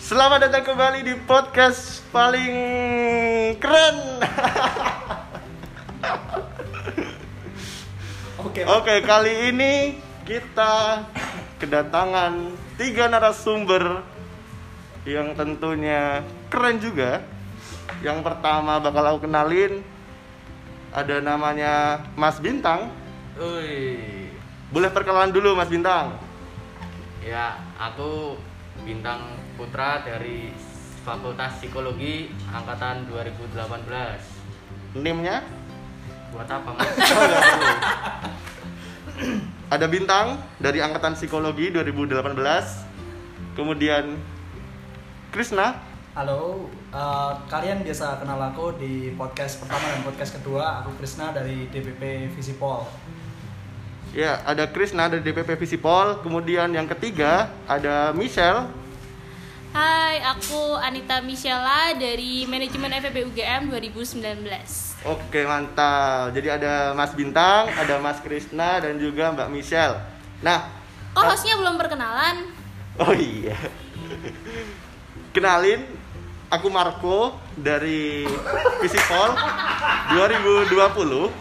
Selamat datang kembali di podcast paling keren. Oke, kali ini kita kedatangan 3 narasumber yang tentunya keren juga. Yang pertama bakal aku kenalin, ada namanya Mas Bintang. Ui. Boleh perkenalan dulu Mas Bintang. Ya, aku Bintang Putra dari Fakultas Psikologi angkatan 2018. NIM-nya? Buat apa, Mas? Ada Bintang dari angkatan Psikologi 2018. Kemudian Krisna. Halo, kalian biasa kenal aku di podcast pertama dan podcast kedua. Aku Krisna dari DPP Visipol. Ya, ada Krisna dari DPP Visipol. Kemudian yang ketiga ada Michelle. Hai, aku Anita Michela dari Manajemen FEB UGM 2019. Oke, mantap. Jadi ada Mas Bintang, ada Mas Krisna, dan juga Mbak Michelle. Nah, Kok hostnya belum perkenalan? oh iya. Kenalin, aku Marco dari Visipol 2020.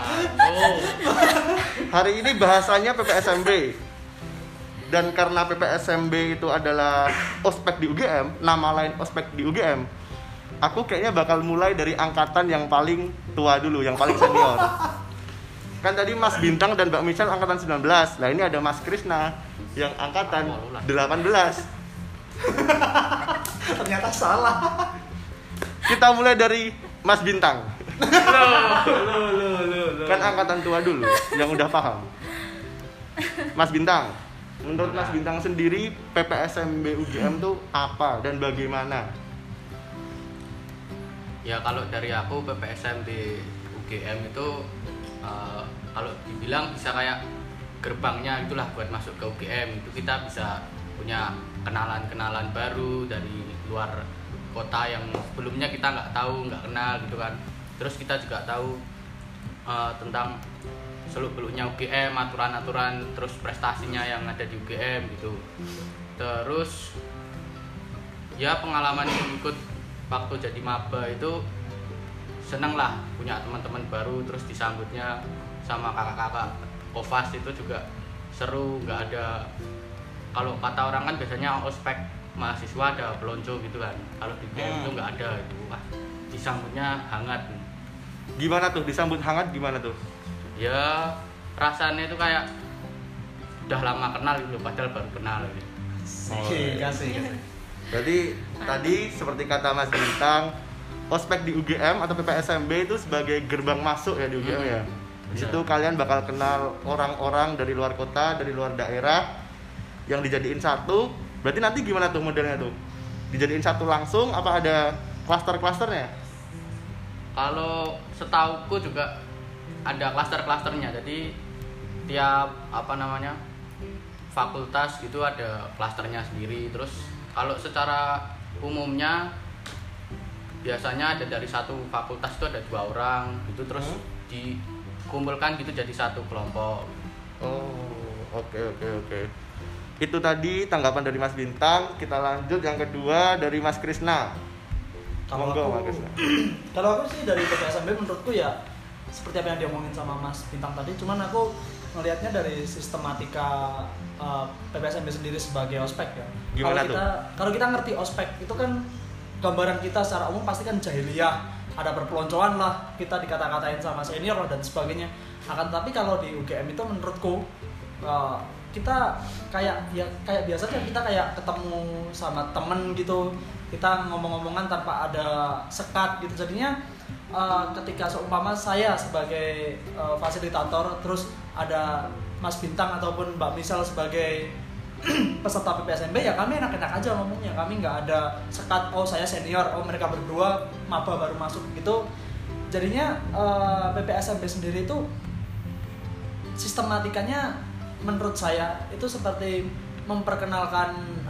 Hari ini bahasanya PPSMB. Dan karena PPSMB itu adalah ospek di UGM, nama lain ospek di UGM, aku kayaknya bakal mulai dari angkatan yang paling tua dulu, yang paling senior. Kan tadi Mas Bintang dan Mbak Michelle angkatan 19. Nah, ini ada Mas Krisna yang angkatan 18. Ternyata salah. Kita mulai dari Mas Bintang. Loh. Kan angkatan tua dulu, yang udah paham. Mas Bintang, menurut Mas Bintang sendiri PPSMB UGM tuh apa dan bagaimana? Ya, kalau dari aku PPSM di UGM itu kalau dibilang bisa kayak gerbangnya itulah buat masuk ke UGM. Itu kita bisa punya kenalan-kenalan baru dari luar kota yang sebelumnya kita nggak tahu, nggak kenal gitu kan. Terus kita juga tahu tentang seluk-beluknya UGM, aturan-aturan, terus prestasinya yang ada di UGM gitu. Terus ya pengalaman ikut waktu jadi maba itu seneng lah, punya teman-teman baru, terus disambutnya sama kakak-kakak Kovas itu juga seru. Nggak ada, kalau kata orang kan biasanya ospek mahasiswa ada pelonco gitu kan, kalau di UGM itu nggak ada itu. Wah, disambutnya hangat. Gimana tuh disambut hangat gimana tuh? Ya rasanya itu kayak udah lama kenal gitu, padahal baru kenal gitu. Kasih. Berarti tadi seperti kata Mas Bintang, ospek di UGM atau PPSMB itu sebagai gerbang masuk ya di UGM ya. Di situ kalian bakal kenal orang-orang dari luar kota, dari luar daerah yang dijadiin satu. Berarti nanti gimana tuh modelnya tuh? Dijadiin satu langsung apa ada klaster-klasternya? Kalau setauku juga ada klaster-klasternya. Jadi tiap fakultas gitu ada klasternya sendiri. Terus kalau secara umumnya biasanya ada dari satu fakultas itu ada 2 orang gitu, terus dikumpulkan gitu jadi satu kelompok. Oh, oke. Itu tadi tanggapan dari Mas Bintang. Kita lanjut yang kedua dari Mas Krisna. Kalau aku sih dari PPSMB menurutku ya seperti apa yang diomongin sama Mas Bintang tadi, cuman aku ngelihatnya dari sistematika PPSMB sendiri sebagai ospek ya. Gimana Kalau kita ngerti ospek itu kan gambaran kita secara umum pasti kan jahiliyah, ada perpeloncoan lah, kita dikata-katain sama senior dan sebagainya. Akan tapi kalau di UGM itu menurutku kita kayak biasanya kita kayak ketemu sama temen gitu, kita ngomong-ngomongan tanpa ada sekat gitu. Jadinya ketika seumpama saya sebagai fasilitator, terus ada Mas Bintang ataupun Mbak Michelle sebagai peserta PPSMB, ya kami enak-enak aja ngomongnya. Kami nggak ada sekat, oh saya senior, oh mereka berdua maba baru masuk gitu. Jadinya PPSMB sendiri itu sistematikanya menurut saya itu seperti memperkenalkan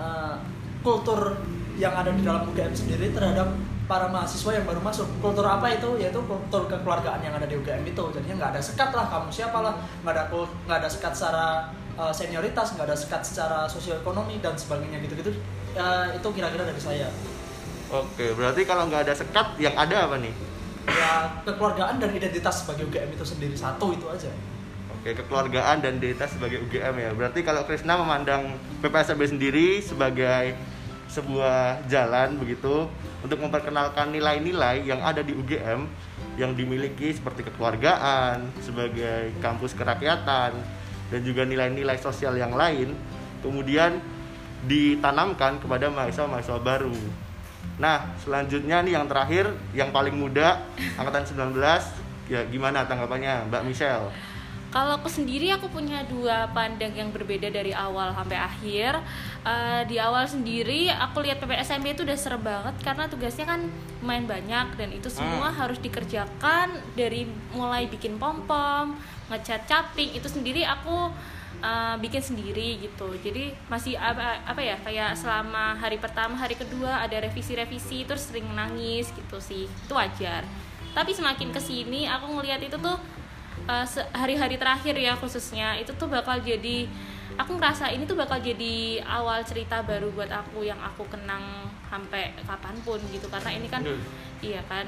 kultur yang ada di dalam UGM sendiri terhadap para mahasiswa yang baru masuk. Kultur apa itu? Yaitu kultur kekeluargaan yang ada di UGM itu. Jadinya nggak ada sekat lah, kamu siapa lah, nggak ada sekat secara senioritas, nggak ada sekat secara sosioekonomi dan sebagainya gitu-gitu. Itu kira-kira dari saya. Oke, berarti kalau nggak ada sekat, yang ada apa nih? Ya kekeluargaan dan identitas sebagai UGM itu sendiri, satu itu aja. Oke, kekeluargaan dan identitas sebagai UGM ya. Berarti kalau Krisna memandang PPSMB sendiri sebagai sebuah jalan begitu untuk memperkenalkan nilai-nilai yang ada di UGM yang dimiliki seperti kekeluargaan sebagai kampus kerakyatan dan juga nilai-nilai sosial yang lain, kemudian ditanamkan kepada mahasiswa-mahasiswa baru. Nah, selanjutnya nih yang terakhir, yang paling muda, angkatan 19, ya gimana tanggapannya Mbak Michelle? Kalau aku sendiri, aku punya dua pandang yang berbeda dari awal sampai akhir. Di awal sendiri, aku lihat PPSMB itu udah serem banget karena tugasnya kan lumayan banyak dan itu semua harus dikerjakan dari mulai bikin pom-pom, ngecat caping, itu sendiri aku bikin sendiri gitu. Jadi masih apa ya, kayak selama hari pertama, hari kedua ada revisi-revisi, terus sering nangis gitu sih. Itu wajar. Tapi semakin kesini aku ngelihat itu tuh hari-hari terakhir ya khususnya, itu tuh bakal jadi, aku ngerasa ini tuh bakal jadi awal cerita baru buat aku yang aku kenang sampai kapanpun gitu. Karena ini kan iya kan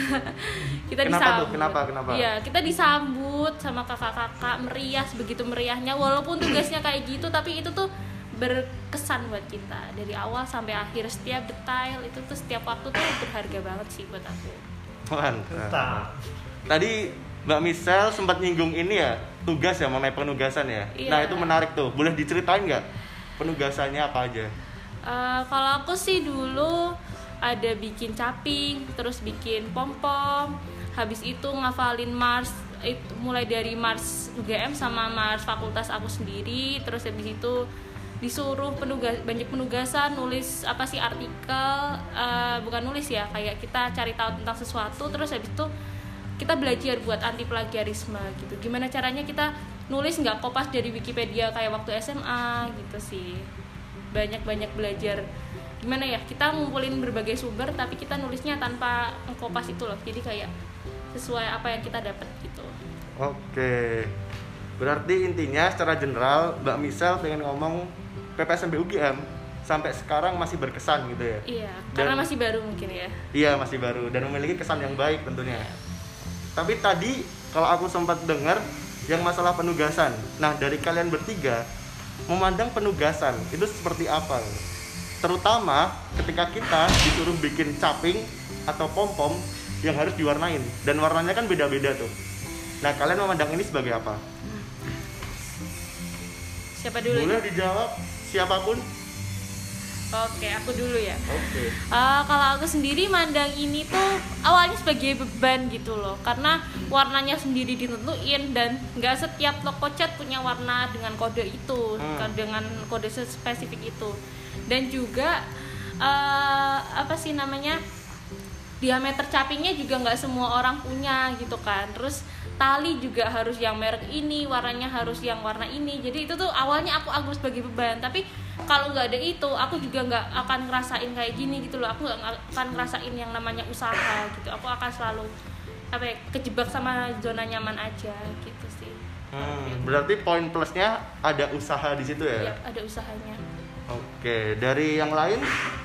kita disambut. Kenapa? Iya, kita disambut sama kakak-kakak meriah, begitu meriahnya, walaupun tugasnya kayak gitu, tapi itu tuh berkesan buat kita dari awal sampai akhir. Setiap detail itu tuh, setiap waktu tuh berharga banget sih buat aku. Mantap. Tadi Mbak Michelle sempat nyinggung ini ya, tugas ya, mengenai penugasan ya. Iya. Nah itu menarik tuh, boleh diceritain nggak penugasannya apa aja? Kalau aku sih dulu ada bikin caping, terus bikin pom-pom, habis itu ngafalin mars, mulai dari mars UGM sama mars fakultas aku sendiri, terus habis itu disuruh banyak penugasan, nulis apa sih artikel, bukan nulis ya, kayak kita cari tahu tentang sesuatu, terus habis itu kita belajar buat anti plagiarisme gitu. Gimana caranya kita nulis nggak kopas dari Wikipedia kayak waktu SMA gitu sih. Banyak belajar gimana ya, kita ngumpulin berbagai sumber tapi kita nulisnya tanpa kopas itu loh. Jadi kayak sesuai apa yang kita dapat gitu. Oke. Berarti intinya secara general Mbak Michelle pengen ngomong PPSMB UGM sampai sekarang masih berkesan gitu ya. Iya, karena masih baru mungkin ya. Iya, masih baru dan memiliki kesan yang baik tentunya. Tapi tadi kalau aku sempat dengar yang masalah penugasan. Nah, dari kalian bertiga memandang penugasan itu seperti apa? Terutama ketika kita disuruh bikin caping atau pom-pom yang harus diwarnain dan warnanya kan beda-beda tuh. Nah, kalian memandang ini sebagai apa? Siapa dulu? Boleh dijawab siapapun. Oke, aku dulu ya. Oke. Kalau aku sendiri mandang ini tuh awalnya sebagai beban gitu loh, karena warnanya sendiri ditentuin dan nggak setiap toko cat punya warna dengan kode itu, dengan kode spesifik itu. Dan juga apa sih namanya, diameter capingnya juga nggak semua orang punya gitu kan. Terus tali juga harus yang merek ini, warnanya harus yang warna ini. Jadi itu tuh awalnya aku sebagai beban, tapi kalau nggak ada itu aku juga nggak akan ngerasain kayak gini gitu loh. Aku nggak akan ngerasain yang namanya usaha gitu. Aku akan selalu kejebak sama zona nyaman aja gitu sih. Berarti poin plusnya ada usaha di situ ya? Iya, ada usahanya. Oke, dari yang lain?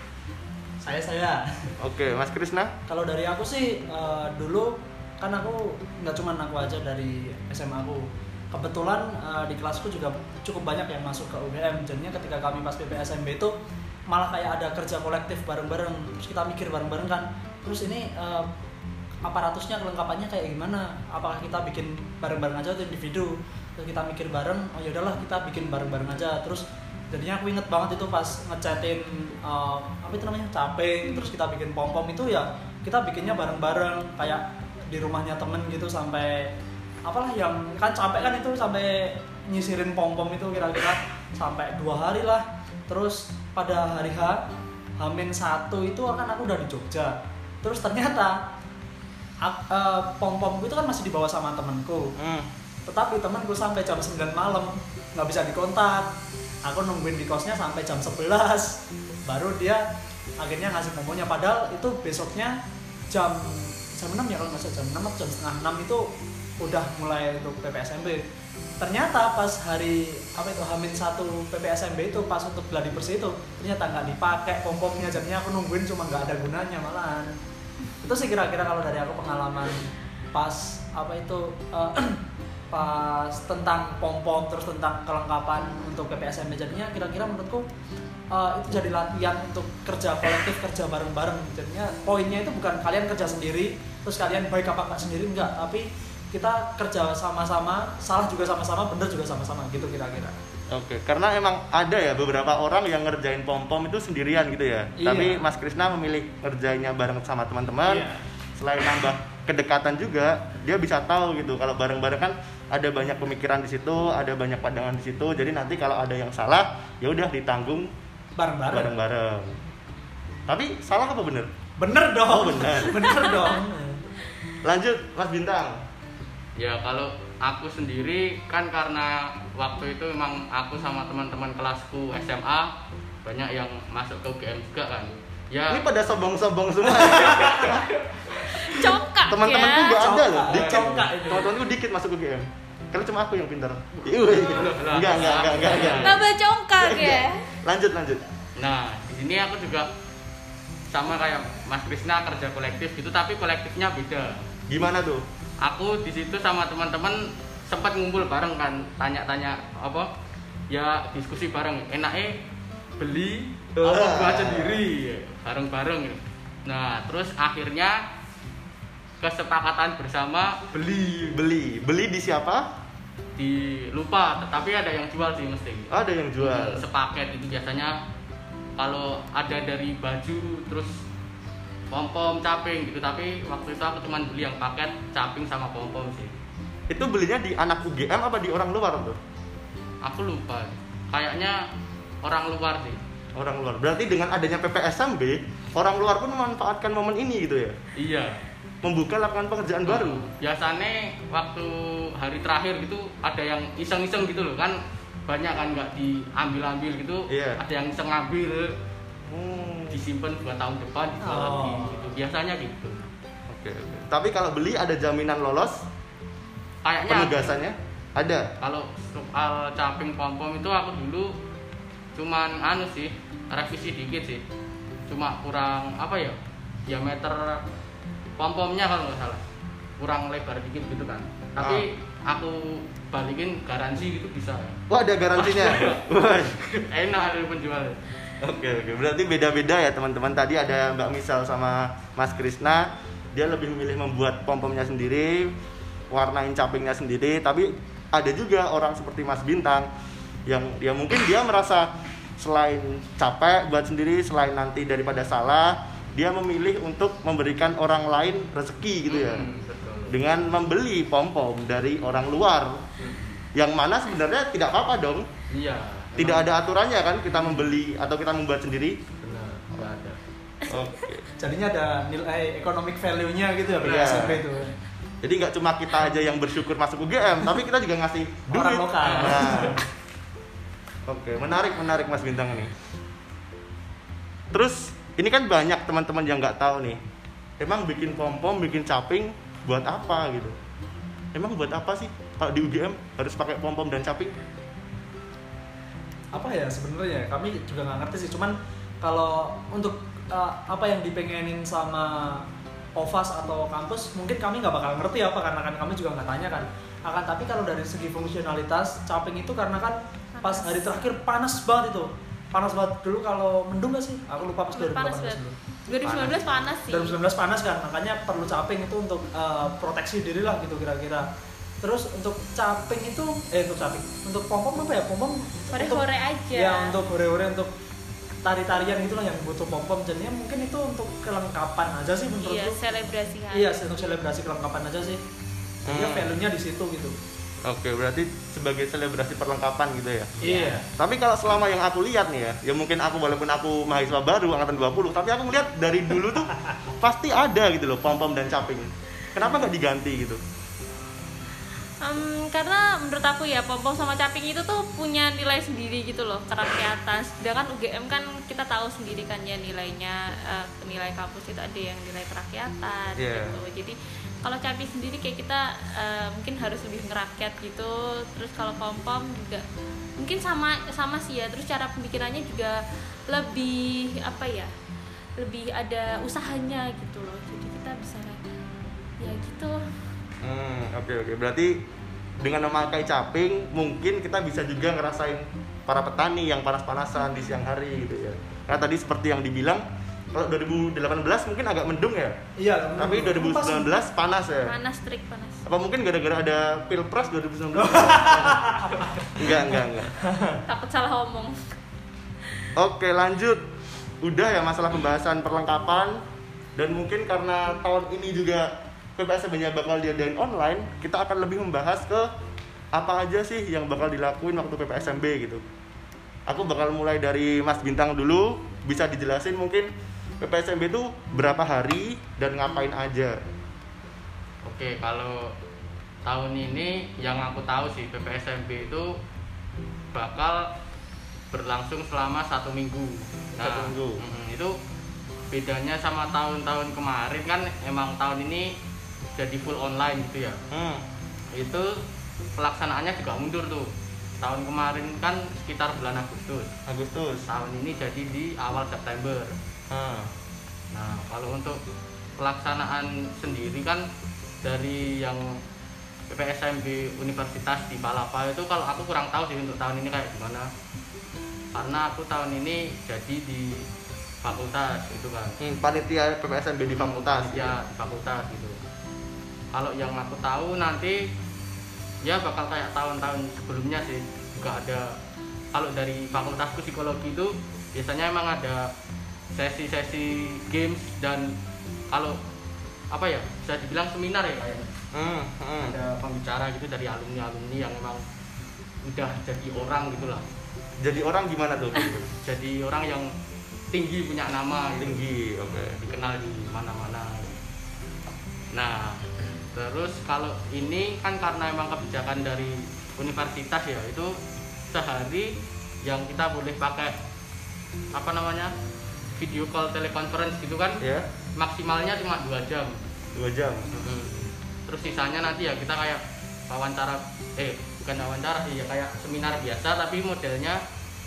Saya. Oke, Mas Krisna? Kalau dari aku sih dulu kan aku nggak cuma aku aja dari SMA aku. Kebetulan di kelasku juga cukup banyak yang masuk ke UGM. Jadinya ketika kami pas PPSMB itu malah kayak ada kerja kolektif bareng-bareng. Terus kita mikir bareng-bareng kan. Terus ini aparatusnya, kelengkapannya kayak gimana? Apakah kita bikin bareng-bareng aja atau individu? Terus kita mikir bareng, oh ya udahlah kita bikin bareng-bareng aja. Terus jadinya aku inget banget itu pas ngecatin apa itu namanya, caping, terus kita bikin pom-pom itu ya kita bikinnya bareng-bareng kayak di rumahnya temen gitu, sampai apalah yang kan capek kan itu, sampai nyisirin pom-pom itu kira-kira sampai 2 hari lah. Terus pada hari H-1 itu kan aku udah di Jogja. Terus ternyata pom-pomku itu kan masih dibawa sama temanku. Tetapi temanku sampai jam 9 malam nggak bisa dikontak. Aku nungguin di kosnya sampai jam 11 baru dia akhirnya ngasih pomponya. Padahal itu besoknya jam 6 ya, kalau nggak salah jam 6 atau jam setengah 6 itu udah mulai untuk PPSMB. ternyata pas hari H-1 PPSMB itu pas untuk gladi bersih itu ternyata nggak dipakai pom-pomnya, jadinya aku nungguin cuma nggak ada gunanya malahan. Itu sih kira-kira kalau dari aku pengalaman pas pas tentang pom-pom terus tentang kelengkapan untuk PPSMB. Jadinya kira-kira menurutku itu jadi latihan untuk kerja kolektif, kerja bareng-bareng. Jadinya poinnya itu bukan kalian kerja sendiri terus kalian baik apa enggak sendiri, enggak, tapi kita kerja sama-sama, salah juga sama-sama, bener juga sama-sama gitu kira-kira. Oke, karena emang ada ya beberapa orang yang ngerjain pom-pom itu sendirian gitu ya. Iya. Tapi Mas Krisna memilih ngerjainnya bareng sama teman-teman. Iya. Selain nambah kedekatan juga, dia bisa tahu gitu kalau bareng-bareng kan ada banyak pemikiran di situ, ada banyak pandangan di situ. Jadi nanti kalau ada yang salah, ya udah ditanggung Bareng-bareng. bareng-bareng. Tapi salah apa bener? Bener dong. Oh, bener. Bener dong. Lanjut Mas Bintang. Ya kalau aku sendiri kan karena waktu itu memang aku sama teman-teman kelasku SMA banyak yang masuk ke UGM juga kan. Ya Ini pada sombong-sombong semua. Congkak Teman-temanku ya. nggak ada loh, Congkak, dikit. congkak itu. Teman-temanku dikit masuk ke UGM. Karena cuma aku yang pintar. Lah. Enggak. Tambah congkak ya. Lanjut. Nah, di sini aku juga sama kayak Mas Krisna kerja kolektif gitu, tapi kolektifnya beda. Gimana tuh? Aku di situ sama teman-teman sempat ngumpul bareng kan, tanya-tanya apa? Ya diskusi bareng. Enaknya beli apa buat sendiri bareng-bareng. Nah, terus akhirnya kesepakatan bersama Beli di siapa? lupa, tapi ada yang jual sih mesti. Ada yang jual. Sepaket itu biasanya kalau ada dari baju terus pom-pom, caping gitu, tapi waktu itu aku cuma beli yang paket caping sama pom-pom sih. Itu belinya di anak UGM apa di orang luar tuh? Aku lupa, kayaknya orang luar sih. Orang luar. Berarti dengan adanya PPSMB, orang luar pun memanfaatkan momen ini gitu ya. Iya. Membuka lapangan pekerjaan baru. Biasanya waktu hari terakhir gitu ada yang iseng-iseng gitu loh kan, banyak kan nggak diambil-ambil gitu. Iya. Ada yang iseng ngambil, disimpan buat tahun depan dijual lagi gitu. Biasanya gitu. Oke. Tapi kalau beli ada jaminan lolos? Kayaknya Penugasannya ada. kalau soal caping pom-pom itu aku dulu cuman sih revisi dikit sih, cuma kurang apa ya, diameter pom-pomnya kalau nggak salah kurang lebar dikit gitu kan, tapi aku balikin garansi gitu bisa. Wah, ada garansinya. Wah. Enak dari penjual. Oke, berarti beda-beda ya teman-teman. Tadi ada Mbak Misal sama Mas Krisna, dia lebih memilih membuat pom-pomnya sendiri, warnain capingnya sendiri. Tapi ada juga orang seperti Mas Bintang yang dia mungkin dia merasa selain capek buat sendiri, selain nanti daripada salah, dia memilih untuk memberikan orang lain rezeki gitu ya, Betul. dengan membeli pom-pom dari orang luar, yang mana sebenarnya tidak apa-apa dong. Iya. Tidak ada aturannya kan kita membeli atau kita membuat sendiri. Benar, nggak ada. Oke. Jadinya ada nilai economic value-nya gitu ya Iya. PPSMB itu. Jadi nggak cuma kita aja yang bersyukur masuk UGM, tapi kita juga ngasih duit. Orang lokal. Nah. Oke, menarik Mas Bintang ini. Terus ini kan banyak teman-teman yang nggak tahu nih. Emang bikin pom-pom, bikin caping buat apa gitu? Emang buat apa sih kalau di UGM harus pakai pom-pom dan caping? Apa ya sebenarnya kami juga nggak ngerti sih, cuman kalau untuk apa yang dipengenin sama OVAS atau kampus mungkin kami nggak bakal ngerti apa, karena kan kami juga nggak tanya kan. Tapi kalau dari segi fungsionalitas caping itu karena kan pas hari terakhir panas banget itu, panas banget. Dulu kalau mendung nggak sih, aku lupa pas 2018 Panas dulu. 2019 panas sih. 2019 panas kan, makanya perlu caping itu untuk proteksi diri lah gitu kira-kira. Terus untuk caping itu untuk pom-pom apa ya, pom-pom Hore-hore aja. ya, untuk hore-hore, untuk tari-tarian gitu lah yang butuh pom-pom. Jadinya mungkin itu untuk kelengkapan aja sih menurutku. Iya, selebrasi hari. Iya, untuk selebrasi kelengkapan aja sih. Jadi value-nya di situ gitu. Oke, berarti sebagai selebrasi perlengkapan gitu ya. Iya. Tapi kalau selama yang aku lihat nih ya mungkin aku walaupun aku mahasiswa baru angkatan 20, tapi aku melihat dari dulu tuh pasti ada gitu loh pom-pom dan caping. Kenapa nggak diganti gitu? Karena menurut aku ya pom-pom sama caping itu tuh punya nilai sendiri gitu loh, kerakyatan. Sedangkan UGM kan kita tahu sendiri kan ya nilainya, nilai kampus itu ada yang nilai kerakyatan Yeah. gitu. Jadi Kalau Capi sendiri kayak kita mungkin harus lebih ngerakyat gitu. Terus kalau Kompom juga mungkin sama sih ya. Terus cara pemikirannya juga lebih apa ya? Lebih ada usahanya gitu loh. Jadi kita bisa ya gitu. Oke. Berarti dengan memakai caping mungkin kita bisa juga ngerasain para petani yang panas-panasan di siang hari gitu ya. Karena tadi seperti yang dibilang kalau 2018 mungkin agak mendung ya. Iya. Tapi 2019 panas ya. Panas, trik panas. Apa mungkin gara-gara ada Pilpres 2019? Enggak. Takut salah ngomong. Oke, lanjut. Udah ya masalah pembahasan perlengkapan, dan mungkin karena tahun ini juga PPSMB-nya bakal diadain online, kita akan lebih membahas ke apa aja sih yang bakal dilakuin waktu PPSMB gitu. Aku bakal mulai dari Mas Bintang dulu, bisa dijelasin mungkin PPSMB itu berapa hari dan ngapain aja? Oke, kalau tahun ini yang aku tahu sih PPSMB itu bakal berlangsung selama 1 minggu. Satu minggu. Itu bedanya sama tahun-tahun kemarin kan, emang tahun ini jadi full online gitu ya. Itu pelaksanaannya juga mundur tuh. Tahun kemarin kan sekitar bulan Agustus. Tahun ini jadi di awal September. Nah, kalau untuk pelaksanaan sendiri kan dari yang PPSMB Universitas di Palapa itu, kalau aku kurang tahu sih untuk tahun ini kayak gimana. Karena aku tahun ini jadi di fakultas gitu kan. Panitia PPSMB di fakultas. Ya, di fakultas gitu. Kalau yang aku tahu nanti ya bakal kayak tahun-tahun sebelumnya sih, juga ada. Kalau dari fakultasku psikologi itu biasanya emang ada sesi-sesi games, dan kalau apa ya, bisa dibilang seminar ya kayaknya. Ada pembicara gitu dari alumni-alumni yang emang udah jadi orang gitulah. Jadi orang gimana tuh? Jadi orang yang tinggi, punya nama gitu. Tinggi, oke. Dikenal di mana-mana. Nah, terus kalau ini kan karena emang kebijakan dari universitas ya, itu sehari yang kita boleh pakai apa namanya, video call teleconference gitu kan, maksimalnya cuma 2 jam. 2 jam. Terus sisanya nanti ya kita kayak wawancara, bukan wawancara sih ya, kayak seminar biasa tapi modelnya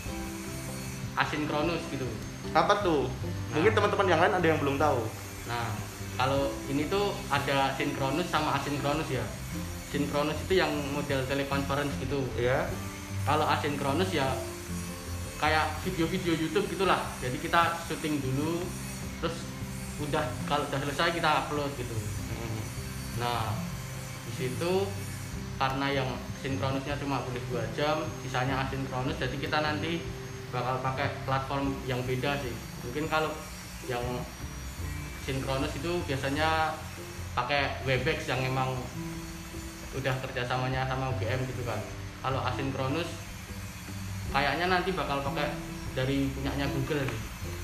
asinkronus gitu. Apa tuh? Mungkin teman-teman yang lain ada yang belum tahu. Nah, kalau ini tuh ada sinkronus sama asinkronus ya. Sinkronus itu yang model teleconference gitu. Iya. Kalau asinkronus ya kayak video-video YouTube gitulah. Jadi kita syuting dulu, terus kalau udah selesai kita upload gitu. Nah, di situ karena yang sinkronusnya cuma boleh 2 jam, sisanya asinkronus, jadi kita nanti bakal pakai platform yang beda sih. Mungkin kalau yang sinkronus itu biasanya pakai Webex yang emang udah kerjasamanya sama UGM gitu kan. Kalau asinkronus kayaknya nanti bakal pakai dari punyanya Google nih.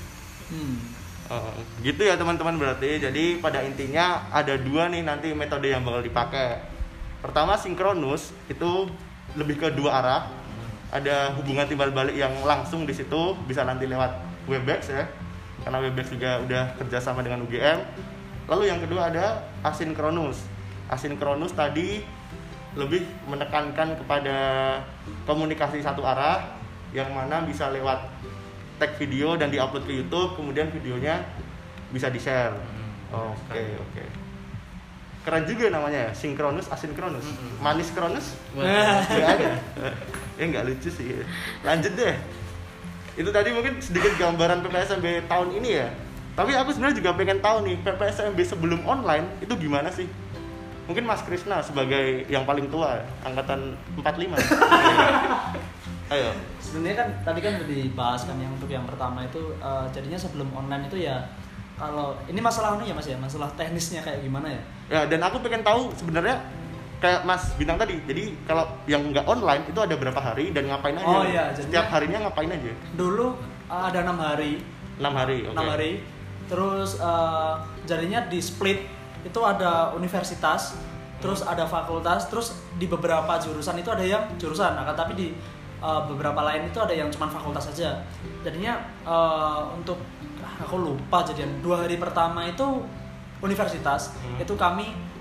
Gitu ya teman-teman, berarti jadi pada intinya ada 2 nih nanti metode yang bakal dipakai. Pertama sinkronus, itu lebih ke 2 arah. Ada hubungan timbal balik yang langsung di situ, bisa nanti lewat Webex ya, karena Webex juga udah kerjasama dengan UGM. Lalu yang kedua ada asinkronus. Asinkronus tadi lebih menekankan kepada komunikasi satu arah, yang mana bisa lewat tag video dan diupload ke YouTube, kemudian videonya bisa di-share. Oke. Keren juga namanya ya, sinkronus, asinkronus. Manis kronus? Nggak ada. Nggak lucu sih. Lanjut deh. Itu tadi mungkin sedikit gambaran PPSMB tahun ini ya. Tapi aku sebenarnya juga pengen tahu nih, PPSMB sebelum online itu gimana sih? Mungkin Mas Krisna sebagai yang paling tua, angkatan 45. Ayo. Sebenarnya kan tadi kan udah dibahas kan, yang untuk yang pertama itu jadinya sebelum online itu ya, kalau ini masalah ya Mas ya, masalah teknisnya kayak gimana ya? Ya, dan aku pengen tahu sebenarnya kayak Mas Bintang tadi. Jadi kalau yang nggak online itu ada berapa hari dan ngapain aja? Oh iya, setiap harinya ngapain aja? Dulu ada 6 hari. 6 hari, oke. 6 hari. Terus jadinya di split, itu ada universitas, terus ada fakultas, terus di beberapa jurusan itu ada yang jurusan, nah, tapi di beberapa lain itu ada yang cuma fakultas saja. Jadinya untuk aku lupa, jadian 2 hari pertama itu universitas, itu kami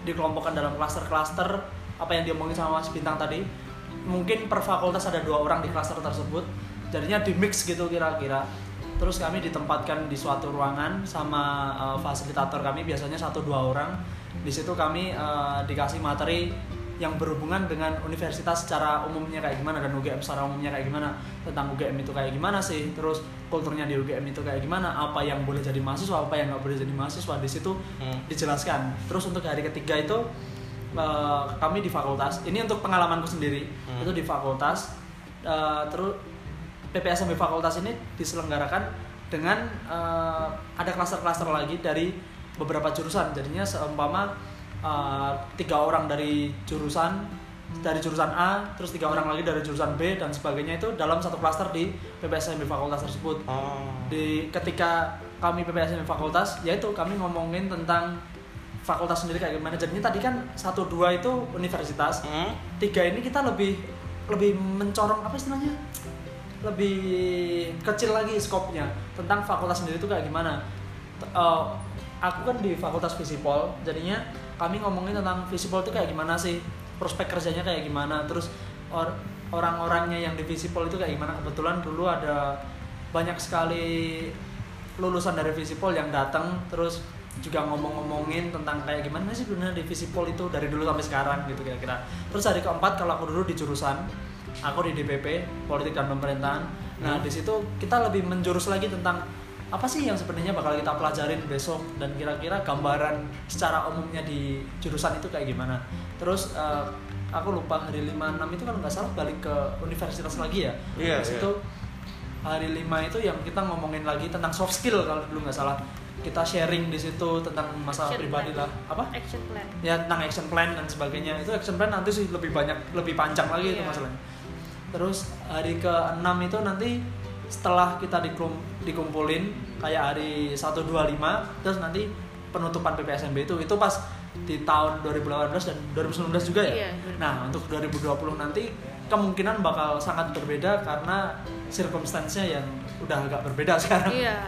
dikelompokkan dalam klaster-klaster apa yang diomongin sama Mas Bintang tadi. Mungkin per fakultas ada 2 orang di klaster tersebut, jadinya di mix gitu kira-kira. Terus kami ditempatkan di suatu ruangan sama fasilitator kami, biasanya 1-2 orang. Di situ kami dikasih materi yang berhubungan dengan universitas secara umumnya kayak gimana dan UGM secara umumnya kayak gimana, tentang UGM itu kayak gimana sih, terus kulturnya di UGM itu kayak gimana, apa yang boleh jadi mahasiswa, apa yang nggak boleh jadi mahasiswa, di situ dijelaskan. Terus untuk hari ketiga itu kami di fakultas, ini untuk pengalamanku sendiri, itu di fakultas, terus PPSMB fakultas ini diselenggarakan dengan ada klaster-klaster lagi dari beberapa jurusan, jadinya seumpama 3 orang dari jurusan A, terus 3 orang lagi dari jurusan B dan sebagainya, itu dalam satu klaster di PPSMB fakultas tersebut. Ketika kami PPSMB fakultas, yaitu kami ngomongin tentang fakultas sendiri kayak gimana. Jadinya tadi kan 1-2 itu universitas, 3 ini kita lebih mencorong apa istilahnya, lebih kecil lagi skopnya tentang fakultas sendiri itu kayak gimana. Aku kan di fakultas Visipol, jadinya kami ngomongin tentang Visipol itu kayak gimana sih, prospek kerjanya kayak gimana, terus orang-orangnya yang di Visipol itu kayak gimana. Kebetulan dulu ada banyak sekali lulusan dari Visipol yang datang, terus juga ngomong-ngomongin tentang kayak gimana sih sebenarnya di Visipol itu dari dulu sampai sekarang gitu kira-kira. Terus hari keempat, kalau aku dulu di jurusan, aku di DPP Politik dan Pemerintahan. Nah di situ kita lebih menjurus lagi tentang apa sih yang sebenarnya bakal kita pelajarin besok, dan kira-kira gambaran secara umumnya di jurusan itu kayak gimana. Terus aku lupa hari 5-6 itu kan nggak salah balik ke universitas lagi ya. Iya. Terus itu hari 5 itu yang kita ngomongin lagi tentang soft skill kalau dulu nggak salah. Kita sharing di situ tentang masalah Action pribadi plan. lah. Apa? Action plan. Ya tentang action plan dan sebagainya. Itu action plan nanti sih lebih panjang lagi itu masalahnya. Terus hari ke-6 itu nanti setelah kita dikumpulin kayak hari 1, 2, 5, terus nanti penutupan PPSMB itu pas di tahun 2018 dan 2019 juga ya. Iya, Nah untuk 2020 nanti kemungkinan bakal sangat berbeda karena circumstance-nya yang udah agak berbeda sekarang. Iya.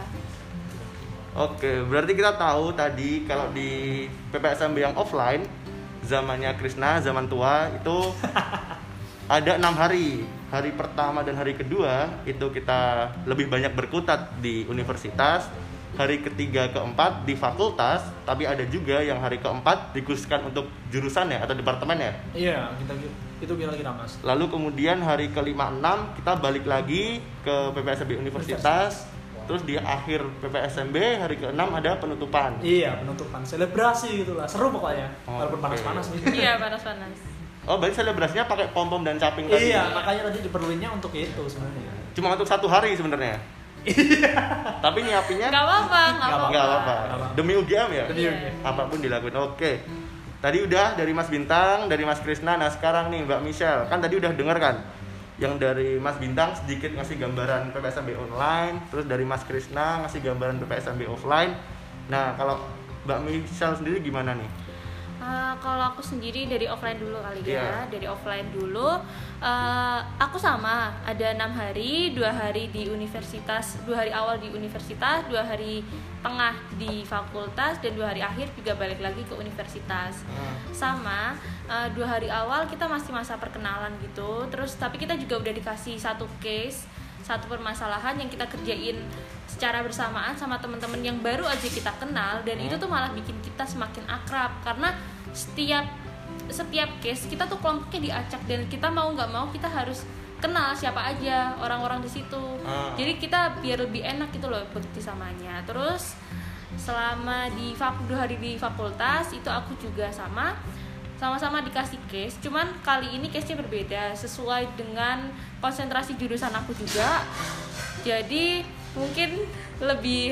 Oke, berarti kita tahu tadi kalau di PPSMB yang offline, zamannya Krisna, zaman tua itu ada 6 hari. Hari pertama dan hari kedua itu kita lebih banyak berkutat di universitas. Hari ketiga, keempat di fakultas, tapi ada juga yang hari keempat dikhususkan untuk jurusan ya atau departemen ya. Iya, itu kira-kira Mas. Lalu kemudian hari kelima, 6 kita balik lagi ke PPSMB universitas. Terus di akhir PPSMB hari ke-6 ada penutupan. Iya, penutupan. Selebrasi gitulah. Seru pokoknya. Walaupun panas-panas nih. Iya, panas-panas. Oh, berarti selebrasinya pakai pom-pom dan caping tadi. Iya, makanya tadi diperluinnya untuk itu sebenarnya. Cuma untuk 1 hari sebenarnya. Tapi nyiapinnya Gak apa-apa, gak apa-apa. nggak apa-apa. Demi UGM ya. Demi UGM. Apapun dilakuin. Oke. Tadi udah dari Mas Bintang, dari Mas Krisna. Nah, sekarang nih Mbak Michelle. Kan tadi udah denger kan? Yang dari Mas Bintang sedikit ngasih gambaran PPSMB online, terus dari Mas Krisna ngasih gambaran PPSMB offline. Nah, kalau Mbak Michelle sendiri gimana nih? Kalau aku sendiri dari offline dulu kali ya. Iya. Dari offline dulu, aku sama ada 6 hari, 2 hari di universitas, 2 hari awal di universitas, 2 hari tengah di fakultas, dan 2 hari akhir juga balik lagi ke universitas. Sama 2 hari awal kita masih masa perkenalan gitu. Terus tapi kita juga udah dikasih satu case, satu permasalahan yang kita kerjain secara bersamaan sama teman-teman yang baru aja kita kenal, dan itu tuh malah bikin kita semakin akrab karena setiap case kita tuh kelompoknya diacak, dan kita mau nggak mau kita harus kenal siapa aja orang-orang di situ. Jadi kita biar lebih enak gitu loh bekerjasamanya. Terus selama di 2 hari di fakultas itu aku juga sama-sama dikasih case, cuman kali ini case-nya berbeda sesuai dengan konsentrasi jurusan aku juga. Jadi mungkin lebih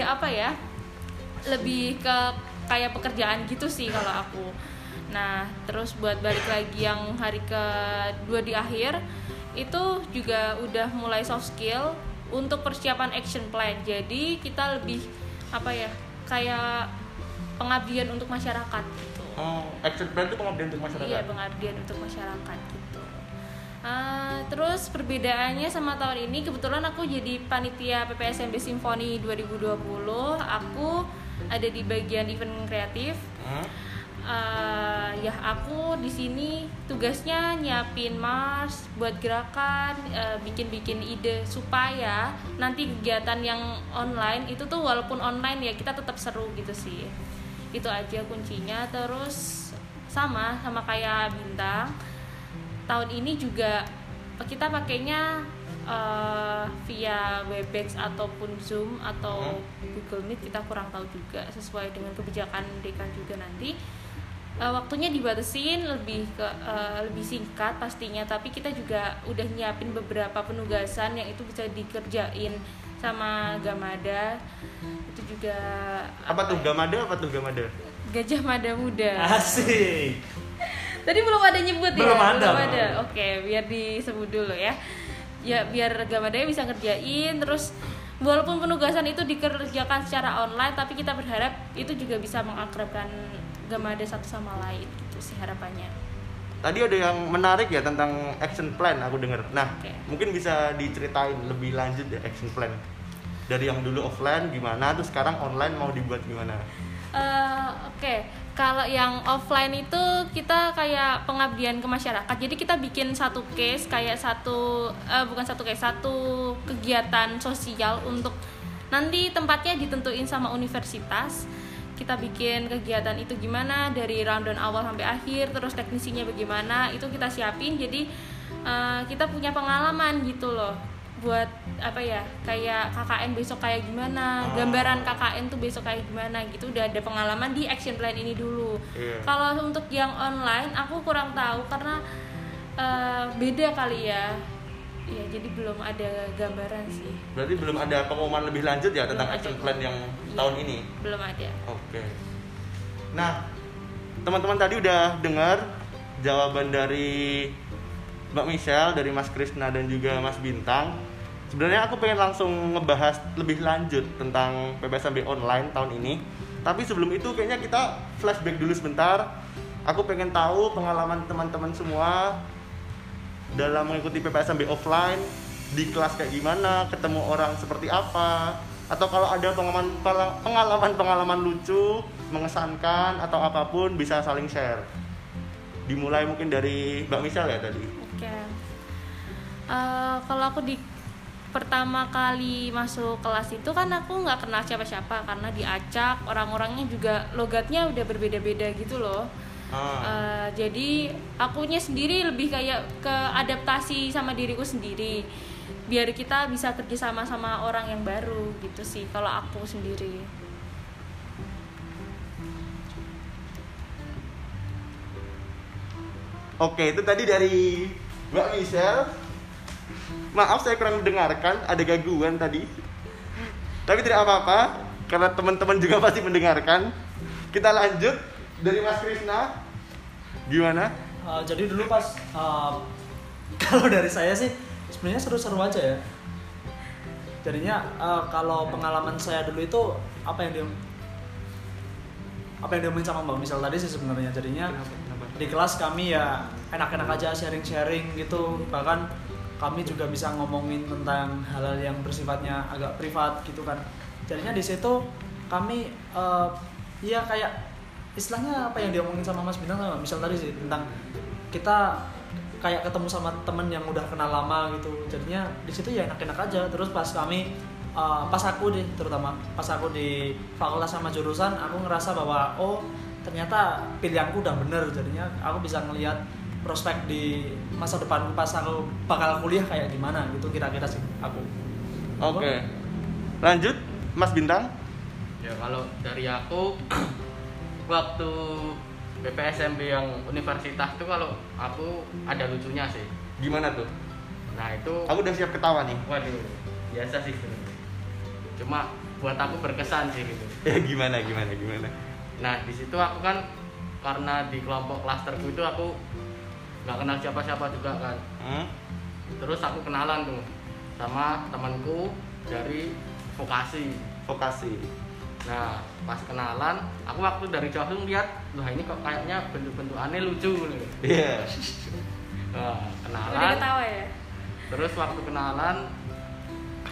lebih ke kayak pekerjaan gitu sih kalau aku. Nah, terus buat balik lagi yang hari kedua di akhir itu juga udah mulai soft skill untuk persiapan action plan. Jadi kita lebih kayak pengabdian untuk masyarakat gitu. Action plan itu pengabdian untuk masyarakat? Iya, pengabdian untuk masyarakat gitu. Terus perbedaannya sama tahun ini, kebetulan aku jadi panitia PPSMB Simfoni 2020. Aku ada di bagian event kreatif. ya aku di sini tugasnya nyiapin Mars buat gerakan, bikin ide supaya nanti kegiatan yang online itu tuh walaupun online ya kita tetap seru gitu sih. Itu aja kuncinya. Terus sama kayak Bintang, tahun ini juga kita pakainya via Webex ataupun Zoom atau Google Meet, kita kurang tahu juga, sesuai dengan kebijakan dekan juga nanti. Waktunya dibatasin lebih singkat pastinya, tapi kita juga udah nyiapin beberapa penugasan yang itu bisa dikerjain sama Gamada. Itu juga Apa tuh Gamada? Gajah Mada Muda. Asik. Tadi belum ada nyebut ya? Belum ada. Oke, biar disebut dulu ya. Ya biar Gamadanya bisa ngerjain, terus walaupun penugasan itu dikerjakan secara online, tapi kita berharap itu juga bisa mengakrabkan Gamada satu sama lain gitu sih harapannya. Tadi ada yang menarik ya tentang action plan aku dengar. Nah, mungkin bisa diceritain lebih lanjut ya action plan. Dari yang dulu offline gimana, terus sekarang online mau dibuat gimana? Kalau yang offline itu kita kayak pengabdian ke masyarakat. Jadi kita bikin satu case, kayak satu kegiatan sosial untuk nanti tempatnya ditentuin sama universitas. Kita bikin kegiatan itu gimana dari rundown awal sampai akhir, terus teknisinya bagaimana, itu kita siapin. Jadi kita punya pengalaman gitu loh, buat kayak KKN besok kayak gimana, gambaran KKN tuh besok kayak gimana gitu. Udah ada pengalaman di action plan ini dulu. Kalau untuk yang online aku kurang tahu karena beda kali ya. Ya, jadi belum ada gambaran sih. Berarti belum ada pengumuman lebih lanjut ya tentang action plan yang tahun ini? Belum ada. Oke. Nah, teman-teman tadi udah dengar jawaban dari Mbak Michelle, dari Mas Krisna dan juga Mas Bintang. Sebenarnya aku pengen langsung ngebahas lebih lanjut tentang PPSMB online tahun ini. Tapi sebelum itu kayaknya kita flashback dulu sebentar. Aku pengen tahu pengalaman teman-teman semua dalam mengikuti PPSMB offline, di kelas kayak gimana, ketemu orang seperti apa, atau kalau ada pengalaman lucu, mengesankan atau apapun bisa saling share. Dimulai mungkin dari Mbak Michelle ya tadi. Kalau aku di pertama kali masuk kelas itu kan aku nggak kenal siapa-siapa karena diacak, orang-orangnya juga logatnya udah berbeda-beda gitu loh. Jadi akunya sendiri lebih kayak ke adaptasi sama diriku sendiri biar kita bisa kerja sama orang yang baru gitu sih kalau aku sendiri. Oke, itu tadi dari Mbak Michelle. Maaf saya kurang mendengarkan, ada gangguan tadi. Tapi tidak apa-apa, karena teman-teman juga pasti mendengarkan. Kita lanjut dari Mas Krisna. Gimana? Jadi dulu pas kalau dari saya sih sebenarnya seru-seru aja ya. Jadinya kalau pengalaman saya dulu itu apa yang diomongin sama Mbak Misal tadi sih sebenarnya. Jadinya di kelas kami ya enak-enak aja sharing-sharing gitu. Bahkan kami juga bisa ngomongin tentang hal-hal yang bersifatnya agak privat gitu kan. Jadinya di situ kami ya kayak istilahnya apa yang diomongin sama Mas Bintang sama Misal tadi sih, tentang kita kayak ketemu sama temen yang udah kenal lama gitu. Jadinya di situ ya enak-enak aja. Terus pas kami terutama pas aku di fakultas sama jurusan, aku ngerasa bahwa ternyata pilihanku udah bener. Jadinya aku bisa ngelihat prospek di masa depanku pas aku bakal kuliah kayak gimana gitu kira-kira sih aku. Oke. Lanjut Mas Bintang. Ya kalau dari aku waktu PPSMB yang universitas tuh kalau aku ada lucunya sih. Gimana tuh? Nah itu aku udah siap ketawa nih. Waduh, biasa sih sebenarnya. Cuma buat aku berkesan sih gitu. Gimana? Nah di situ aku kan karena di kelompok klasterku itu aku nggak kenal siapa-siapa juga kan. Terus aku kenalan tuh sama temanku dari vokasi. Nah pas kenalan, aku waktu dari jauh tuh lihat, wah ini kok kayaknya bentuk-bentuk aneh lucu gitu. Iya. Nah, kenalan. Udah ketawa ya. Terus waktu kenalan,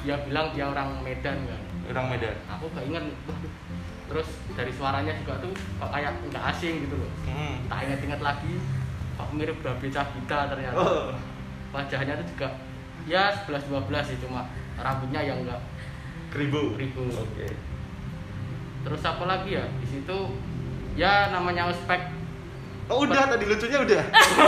dia bilang dia orang Medan kan. Orang Medan. Aku gak ingat. Terus dari suaranya juga tuh kok kayak nggak asing gitu loh. Tak ingat-ingat lagi, kok mirip Babe Cabita ternyata. Wajahnya tuh juga ya 11-12 sih, cuma rambutnya yang enggak Kribo. Oke. Terus apa lagi ya di situ? Ya namanya ospek. Oh udah, tadi lucunya udah.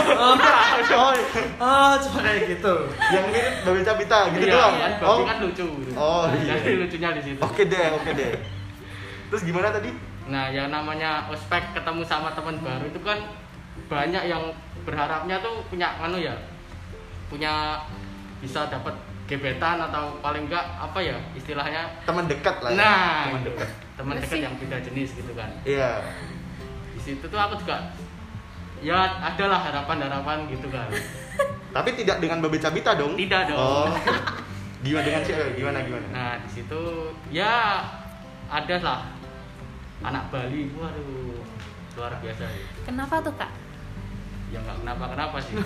Cuma kayak gitu. Yang mirip Babe Cabita gitu Iya, doang. kan Babe kan lucu. Oh iya. Jadi lucunya di situ. Oke deh. Terus gimana tadi? Nah, yang namanya ospek ketemu sama teman baru itu kan banyak yang berharapnya tuh punya punya bisa dapat gebetan atau paling enggak apa ya istilahnya Teman dekat lah ya. nah teman Iya dekat sih. yang beda jenis gitu kan. Iya. Di situ tuh aku juga ya adalah harapan gitu kan. Tapi tidak dengan Babe Cabita dong. Tidak dong. Oh. Gimana dengan gimana? Nah, di situ ya ada lah anak Bali. Waduh, luar biasa ya. Kenapa tuh Kak? Ya nggak kenapa sih.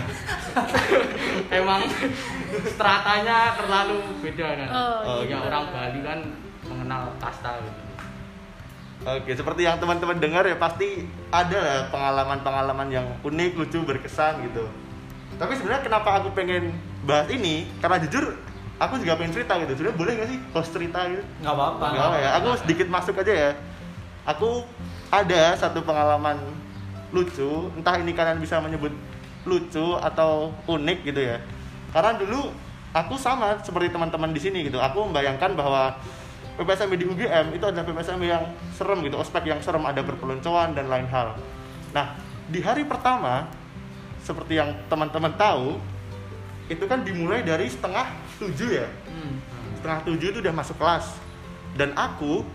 Emang stratanya terlalu beda kan. Oh, ya gitu. orang Bali kan mengenal kasta gitu. Oke, seperti yang teman-teman dengar ya pasti ada lah pengalaman-pengalaman yang unik, lucu, berkesan gitu. Tapi sebenarnya kenapa aku pengen bahas ini? Karena jujur aku juga pengen cerita gitu. Sebenarnya boleh nggak sih host cerita gitu? Nggak apa-apa. Nggak apa ya. Aku sedikit masuk aja ya. Aku ada satu pengalaman lucu, entah ini kalian bisa menyebut lucu atau unik gitu ya. Karena dulu aku sama seperti teman-teman di sini gitu. Aku membayangkan bahwa PPSMB di UGM itu adalah PPSMB yang serem gitu, ospek yang serem, ada perpeloncoan dan lain hal. Nah, di hari pertama seperti yang teman-teman tahu, itu kan dimulai dari 6:30 ya. 6:30 itu udah masuk kelas. Dan aku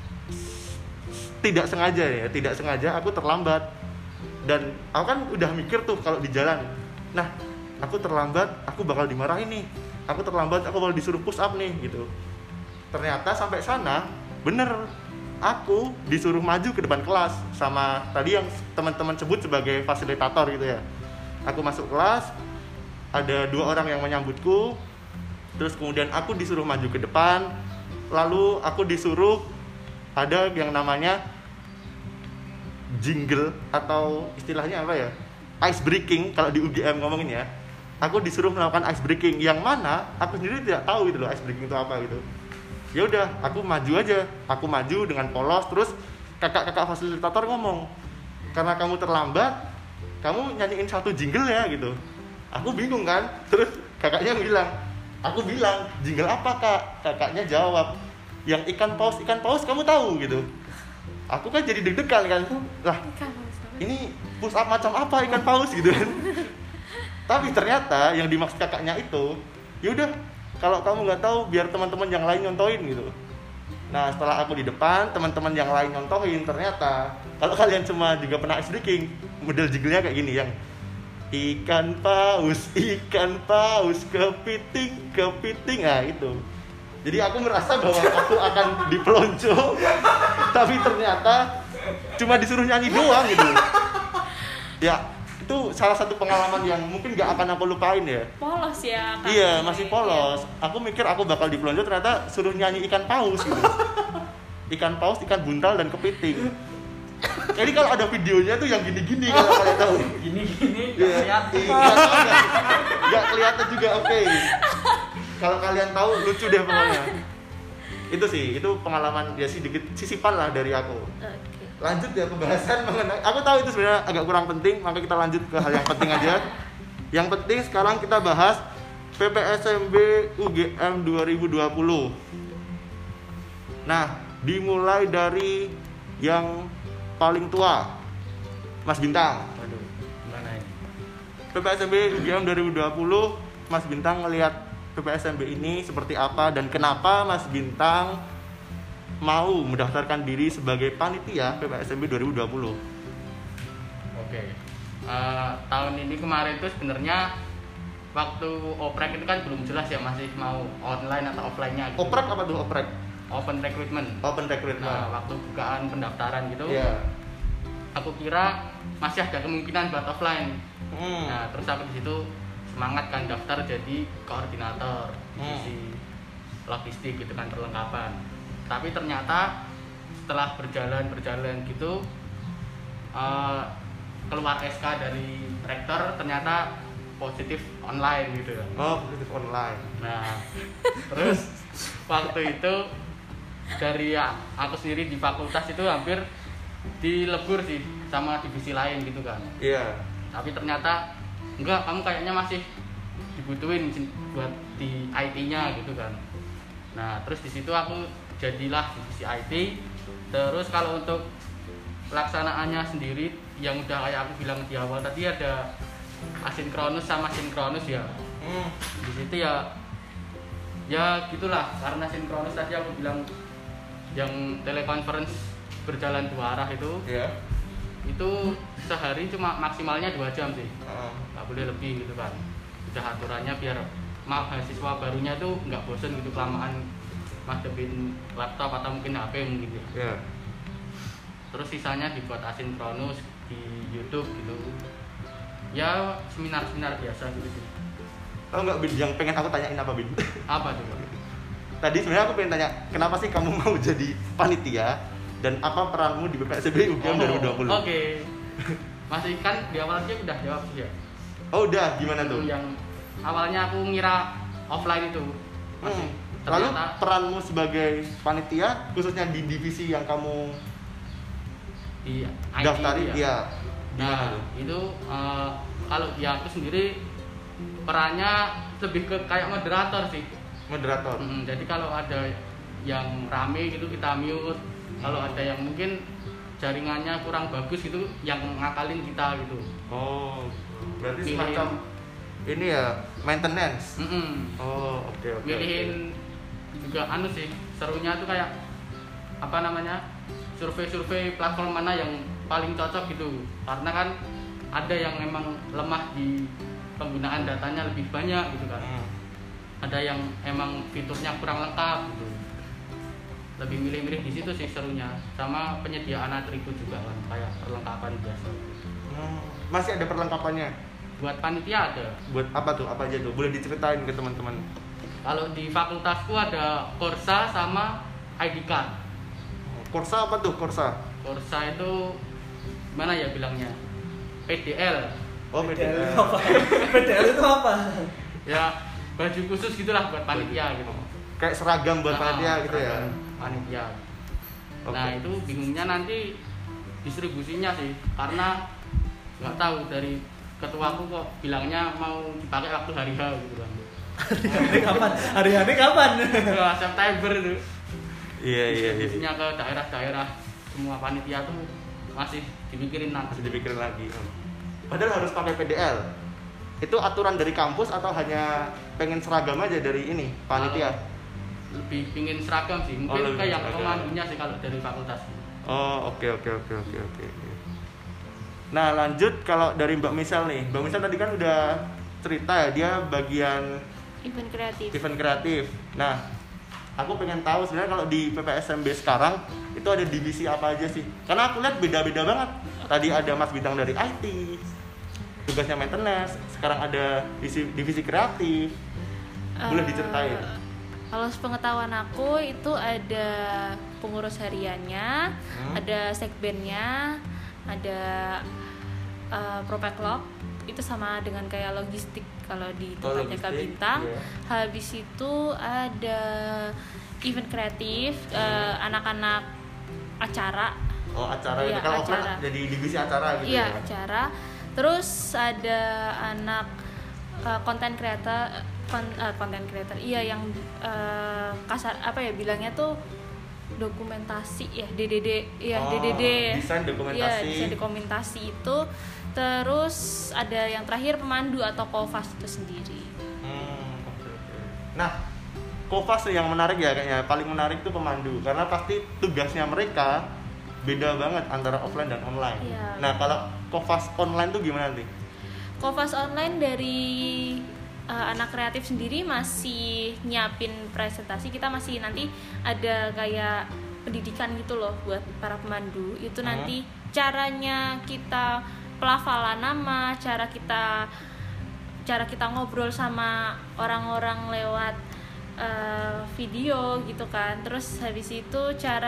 tidak sengaja aku terlambat. Dan aku kan udah mikir tuh kalau di jalan, nah aku terlambat, aku bakal dimarahin nih. Aku terlambat, aku bakal disuruh push up nih gitu. Ternyata sampai sana bener, aku disuruh maju ke depan kelas sama tadi yang teman-teman sebut sebagai fasilitator gitu ya. Aku masuk kelas, ada 2 orang yang menyambutku, terus kemudian aku disuruh maju ke depan, lalu aku disuruh ada yang namanya jingle atau istilahnya apa ya, ice breaking kalau di UGM ngomongin ya. Aku disuruh melakukan ice breaking yang mana aku sendiri tidak tahu gitu loh ice breaking itu apa gitu. Ya udah, aku maju aja. Aku maju dengan polos, terus kakak-kakak fasilitator ngomong, "Karena kamu terlambat, kamu nyanyiin 1 jingle ya," gitu. Aku bingung kan. Terus kakaknya bilang, aku bilang, "Jingle apa, Kak?" Kakaknya jawab, "Yang ikan paus kamu tahu," gitu. Aku kan jadi deg-degan kan. Lah, ini push up macam apa ikan paus gitu kan. Tapi ternyata yang dimaksud kakaknya itu, ya udah, kalau kamu nggak tahu biar teman-teman yang lain nyontoin gitu. Nah, setelah aku di depan, teman-teman yang lain nyontoin, ternyata kalau kalian cuma juga pernah ice breaking, model jinglenya kayak gini yang ikan paus kepiting, nah itu. Jadi aku merasa bahwa aku akan dipelonco, tapi ternyata cuma disuruh nyanyi doang gitu. Ya, itu salah satu pengalaman yang mungkin gak akan aku lupain ya. Polos ya Kak. Iya, masih polos. Aku mikir aku bakal dipelonco, ternyata suruh nyanyi ikan paus gitu. Ikan paus, ikan buntal, dan kepiting. Jadi kalau ada videonya tuh yang gini-gini kalau kalian tahu. Gini-gini Iya, nggak kelihatan juga, oke. Kalau kalian tahu lucu deh pokoknya. Itu sih, itu pengalaman ya sedikit sisipan lah dari aku. Oke. Lanjut ya pembahasan mengenai, aku tahu itu sebenarnya agak kurang penting, maka kita lanjut ke hal yang penting aja. Yang penting sekarang kita bahas PPSMB UGM 2020. Nah, dimulai dari yang paling tua, Mas Bintang. Waduh, gimana ini? PPSMB UGM 2020, Mas Bintang ngelihat PPSMB ini seperti apa dan kenapa Mas Bintang mau mendaftarkan diri sebagai panitia PPSMB 2020? Oke. Tahun ini kemarin itu sebenarnya waktu oprek itu kan belum jelas ya, masih mau online atau offline-nya gitu. Oprek apa tuh oprek? Open recruitment. Open recruitment. Nah, waktu bukaan pendaftaran gitu, Iya. aku kira masih ada kemungkinan buat offline. Nah, terus aku di situ semangat kan daftar jadi koordinator divisi. logistik gitu kan, perlengkapan. Tapi ternyata setelah berjalan gitu keluar SK dari rektor, ternyata positif online gitu kan. Oh, positif online. Nah, terus waktu itu dari aku sendiri di fakultas itu hampir dilebur sih sama divisi lain gitu kan. Iya. Tapi ternyata enggak, kamu kayaknya masih dibutuhin buat di IT-nya gitu kan. Nah, terus di situ aku jadilah divisi IT. Terus kalau untuk pelaksanaannya sendiri yang udah kayak aku bilang di awal tadi, ada asinkronus sama sinkronus ya. Di situ ya gitulah, karena sinkronus tadi aku bilang yang teleconference berjalan 2 arah itu. Iya. Itu sehari cuma maksimalnya 2 jam sih. Nggak boleh lebih gitu kan. Udah aturannya biar mahasiswa barunya tuh nggak bosen gitu kelamaan madepin laptop atau mungkin HP mungkin ya. Iya. Terus sisanya dibuat asinkronus di YouTube gitu. Ya seminar-seminar biasa gitu sih. Tahu nggak Bin, yang pengen aku tanyain apa Bin? Apa tuh? Tadi sebenarnya aku pengen tanya, kenapa sih kamu mau jadi panitia dan apa peranmu di BPSMB UGM 2020? Oke. Masih kan di awal aja udah jawab sih ya. Oh udah, gimana tuh? Yang awalnya aku ngira offline itu. Masih. Lalu Ternyata peranmu sebagai panitia, khususnya di divisi yang kamu di IT daftari, ya. ya gimana Nah, tuh? itu kalau di aku sendiri perannya lebih ke kayak moderator sih. Moderator. Jadi kalau ada yang rame gitu kita mute. Kalau ada yang mungkin jaringannya kurang bagus gitu, yang ngakalin kita gitu. Oh, berarti Milihin. semacam ini ya, maintenance. Mm-mm. Oh, oke. Milihin juga anu sih, serunya tuh kayak apa namanya, survei platform mana yang paling cocok gitu. Karena kan ada yang memang lemah di penggunaan datanya lebih banyak gitu kan. Ada yang emang fiturnya kurang lengkap gitu. Lebih milih-milih di situ sih serunya. Sama penyediaan atribut juga kan, kayak perlengkapan biasa. Masih ada perlengkapannya? Buat panitia ada. Buat apa tuh? Apa aja tuh? Boleh diceritain ke teman-teman. Kalau di fakultasku ada Corsa sama ID card. Corsa apa tuh? Corsa? Corsa itu gimana ya bilangnya? PDL. Oh, PDL apa? PDL itu apa? Ya baju khusus gitulah buat panitia gitu. Kayak seragam buat panitia gitu ya? seragam Panitia. Oke. Nah itu bingungnya nanti distribusinya sih, karena nggak tahu dari ketuaku kok bilangnya mau dipakai waktu hari H gitu kan. Hari-hari kapan? Hari-hari kapan? Wah, September itu. Iya. Distribusinya ke daerah-daerah, semua panitia tuh masih dipikirin nanti. Masih dipikirin lagi. Padahal harus pakai PDL. Itu aturan dari kampus atau hanya pengen seragam aja dari ini panitia? Lebih pingin seragam sih, Oh, mungkin lebih kayak seragam. pemandunya sih kalau dari fakultas. Oh, oke. Nah, lanjut kalau dari Mbak Misal nih. Mbak Misal tadi kan udah cerita ya, dia bagian Event kreatif. event kreatif. Nah, aku pengen tahu sebenarnya kalau di PPSMB sekarang itu ada divisi apa aja sih? Karena aku lihat beda-beda banget. Tadi ada Mas Bintang dari IT, tugasnya maintenance. Sekarang ada divisi kreatif. Boleh diceritain? Kalau sepengetahuan aku itu ada pengurus hariannya, ada sekbennya, ada propeklog, itu sama dengan kayak logistik kalau di tempatnya Kak logistik, Bintang. iya. Habis itu ada event kreatif, anak-anak acara. Oh, acara itu Iya, kalau acara. offline jadi divisi acara gitu Iya, ya. acara. Terus ada anak konten creator, iya yang kasar apa ya bilangnya tuh dokumentasi ya, DDD ya. Oh, DDD desain dokumentasi. Iya, desain dokumentasi itu. Terus ada yang terakhir pemandu atau Kovas itu sendiri. Oke. Nah, Kovas yang menarik ya kayaknya, paling menarik tuh pemandu karena pasti tugasnya mereka beda banget antara offline dan online. Iya. Nah, kalau Kovas online tuh gimana nih? Kovas online dari anak kreatif sendiri masih nyiapin presentasi. Kita masih nanti ada kayak pendidikan gitu loh buat para pemandu. Itu nanti caranya kita pelafalan nama, cara kita ngobrol sama orang-orang lewat video gitu kan. Terus habis itu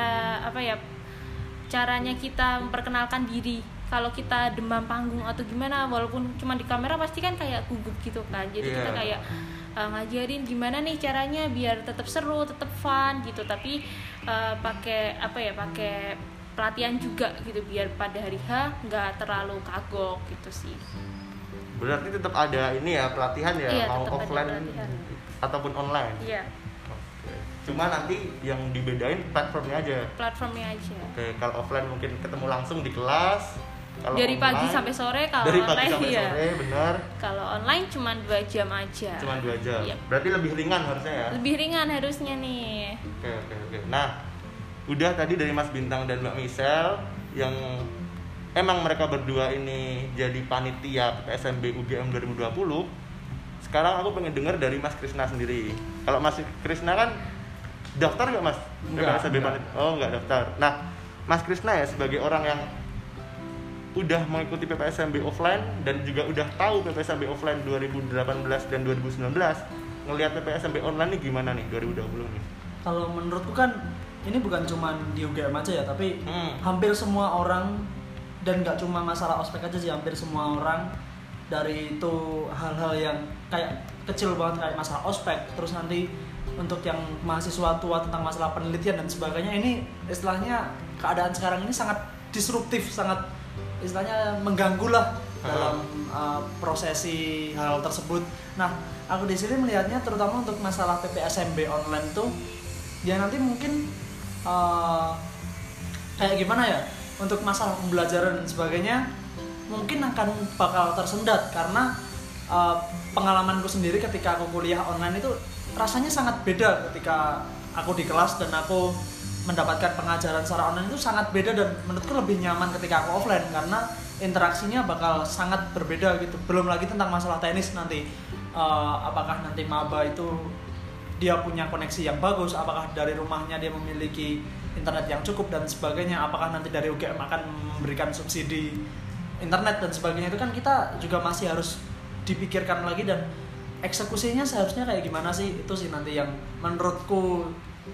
caranya kita memperkenalkan diri. Kalau kita demam panggung atau gimana, walaupun cuma di kamera pasti kan kayak gugup gitu kan. Jadi kita kayak ngajarin gimana nih caranya biar tetap seru, tetap fun gitu. Tapi pakai pelatihan juga gitu biar pada hari H nggak terlalu kagok gitu sih. Berarti tetap ada ini ya pelatihan ya, Iya, mau tetap offline ada pelatihan. ataupun online. Iya, Oke. Cuma nanti yang dibedain platformnya aja. platformnya aja. Oke, kalau offline mungkin ketemu langsung di kelas. Kalau Dari pagi online- sampai sore, kalau dari pagi online sampai ya. sore, benar. Kalau online cuma 2 jam aja. Cuma 2 jam. Iya. Berarti lebih ringan harusnya ya. Lebih ringan harusnya nih. Oke. Nah, udah tadi dari Mas Bintang dan Mbak Michelle yang emang mereka berdua ini jadi panitia PPSMB UGM 2020. Sekarang aku pengen dengar dari Mas Krisna sendiri. Kalau Mas Krisna kan daftar nggak Mas? Enggak, PPSMB enggak. panitia? Oh, nggak daftar. Nah, Mas Krisna ya sebagai orang yang udah mengikuti PPSMB offline dan juga udah tahu PPSMB offline 2018 dan 2019, ngelihat PPSMB online nih gimana nih 2020 nih? Kalau menurutku kan ini bukan cuma di UGM aja ya, tapi hampir semua orang, dan nggak cuma masalah ospek aja sih, hampir semua orang dari itu hal-hal yang kayak kecil banget kayak masalah ospek, terus nanti untuk yang mahasiswa tua tentang masalah penelitian dan sebagainya, ini istilahnya keadaan sekarang ini sangat disruptif, sangat istilahnya mengganggu lah dalam prosesi hal tersebut. Nah, aku di sini melihatnya terutama untuk masalah PPSMB online tuh, ya nanti mungkin kayak gimana ya, untuk masalah pembelajaran dan sebagainya mungkin akan bakal tersendat karena pengalamanku sendiri ketika aku kuliah online itu rasanya sangat beda ketika aku di kelas dan aku mendapatkan pengajaran secara online itu sangat beda, dan menurutku lebih nyaman ketika aku offline karena interaksinya bakal sangat berbeda gitu. Belum lagi tentang masalah teknis nanti, apakah nanti maba itu dia punya koneksi yang bagus, apakah dari rumahnya dia memiliki internet yang cukup dan sebagainya, apakah nanti dari UGM akan memberikan subsidi internet dan sebagainya, itu kan kita juga masih harus dipikirkan lagi, dan eksekusinya seharusnya kayak gimana sih, itu sih nanti yang menurutku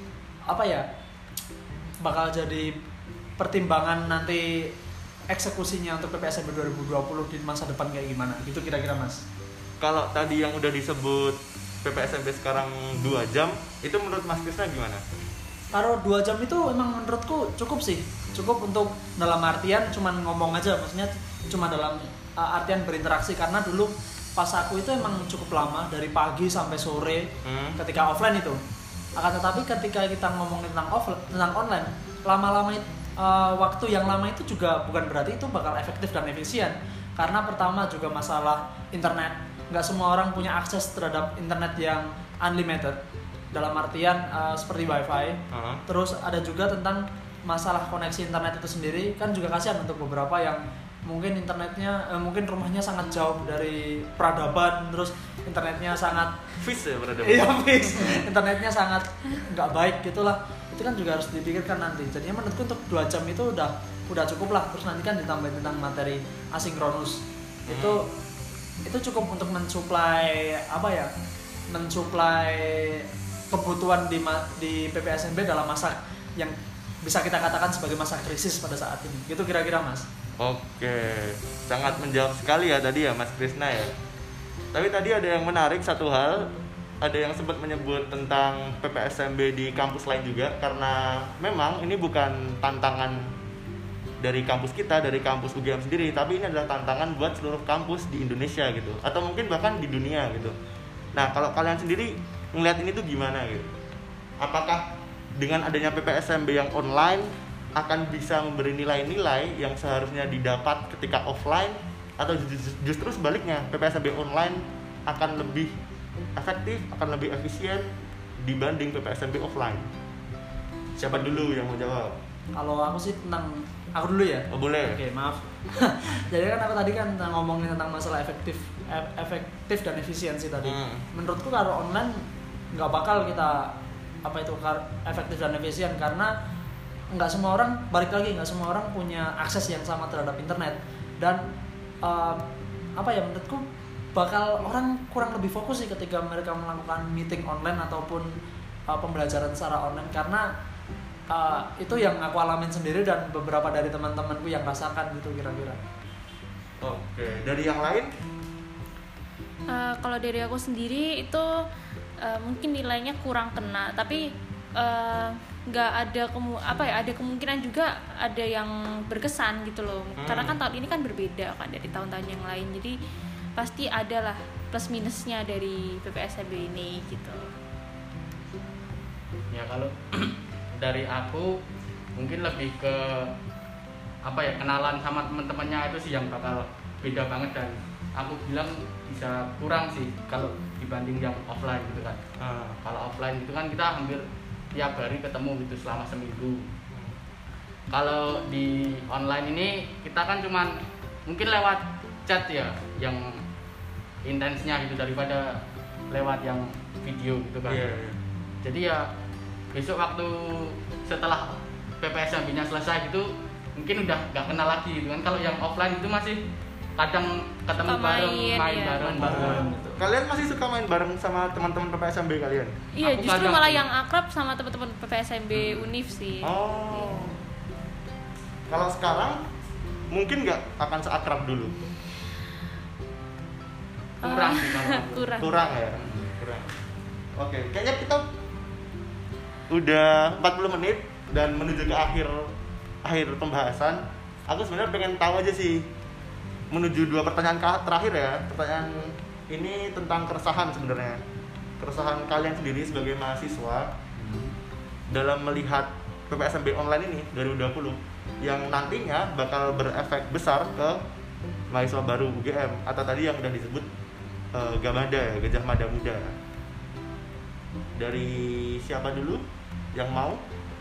bakal jadi pertimbangan nanti eksekusinya untuk PPSMB 2020 di masa depan kayak gimana gitu kira-kira Mas. Kalau tadi yang udah disebut PPSMB sekarang 2 jam, itu menurut Mas Krisna gimana? Kalau 2 jam itu emang menurutku cukup sih, cukup untuk dalam artian cuman ngomong aja, maksudnya cuma dalam artian berinteraksi, karena dulu pas aku itu emang cukup lama dari pagi sampai sore ketika offline itu. Akan tetapi ketika kita ngomongin tentang online, lama-lama waktu yang lama itu juga bukan berarti itu bakal efektif dan efisien, karena pertama juga masalah internet, nggak semua orang punya akses terhadap internet yang unlimited dalam artian seperti wifi. Terus ada juga tentang masalah koneksi internet itu sendiri, kan juga kasihan untuk beberapa yang mungkin internetnya mungkin rumahnya sangat jauh dari peradaban, terus internetnya sangat Fish ya berada. iya fix, internetnya sangat nggak baik gitulah, itu kan juga harus dipikirkan nanti. Jadinya menurutku untuk 2 jam itu udah cukup lah. Terus nanti kan ditambah tentang materi asinkronus, itu cukup untuk mensuplai kebutuhan di PPSMB dalam masa yang bisa kita katakan sebagai masa krisis pada saat ini. Gitu kira-kira Mas. Oke, sangat menjawab sekali ya tadi ya Mas Krisna ya. Tapi tadi ada yang menarik satu hal, ada yang sempat menyebut tentang PPSMB di kampus lain juga, karena memang ini bukan tantangan dari kampus kita, dari kampus UGM sendiri, tapi ini adalah tantangan buat seluruh kampus di Indonesia gitu, atau mungkin bahkan di dunia gitu. Nah, kalau kalian sendiri ngelihat ini tuh gimana gitu? Apakah dengan adanya PPSMB yang online akan bisa memberi nilai-nilai yang seharusnya didapat ketika offline, atau justru sebaliknya PPSMB online akan lebih efektif, akan lebih efisien dibanding PPSMB offline? Siapa dulu yang mau jawab? Kalau aku sih aku dulu ya. Oh, boleh. Oke, maaf. Jadi kan aku tadi kan ngomongin tentang masalah efektif dan efisiensi tadi. Menurutku kalau online nggak bakal kita efektif dan efisien, karena nggak semua orang punya akses yang sama terhadap internet, dan menurutku bakal orang kurang lebih fokus sih ketika mereka melakukan meeting online ataupun pembelajaran secara online, karena itu yang aku alamin sendiri dan beberapa dari teman-temanku yang rasakan gitu kira-kira. Oke, dari yang lain? Kalau dari aku sendiri itu mungkin nilainya kurang kena, tapi nggak ada ada kemungkinan juga ada yang berkesan gitu loh. Karena kan tahun ini kan berbeda kan dari tahun-tahun yang lain, jadi pasti ada lah plus minusnya dari PPSMB ini gitu. Ya kalau dari aku mungkin lebih ke kenalan sama teman-temannya itu sih yang bakal beda banget, dan aku bilang bisa kurang sih kalau dibanding yang offline gitu kan. Kalau offline itu kan kita hampir tiap hari ketemu gitu selama seminggu. Kalau di online ini kita kan cuman mungkin lewat chat ya yang intensnya gitu daripada lewat yang video gitu kan. Jadi ya besok waktu setelah PPSMB-nya selesai gitu mungkin udah nggak kenal lagi gitu kan. Kalau yang offline itu masih kadang ketemu bareng, main bareng gitu. Kalian masih suka main bareng sama teman-teman PPSMB kalian? Iya, Aku justru kadang malah sih. yang akrab sama teman-teman PPSMB Univ sih. Oh. Kalau sekarang mungkin nggak akan seakrab dulu. Kurang sih kalau aku. Kurang ya. Kurang. Oke, kayaknya kita udah 40 menit dan menuju ke akhir pembahasan. Aku sebenarnya pengen tahu aja sih, menuju 2 pertanyaan terakhir ya. Pertanyaan ini tentang keresahan sebenarnya. Keresahan kalian sendiri sebagai mahasiswa dalam melihat PPSMB online ini 2020 yang nantinya bakal berefek besar ke mahasiswa baru UGM atau tadi yang udah disebut Gamada ya, Gajah Mada Muda. Dari siapa dulu yang mau?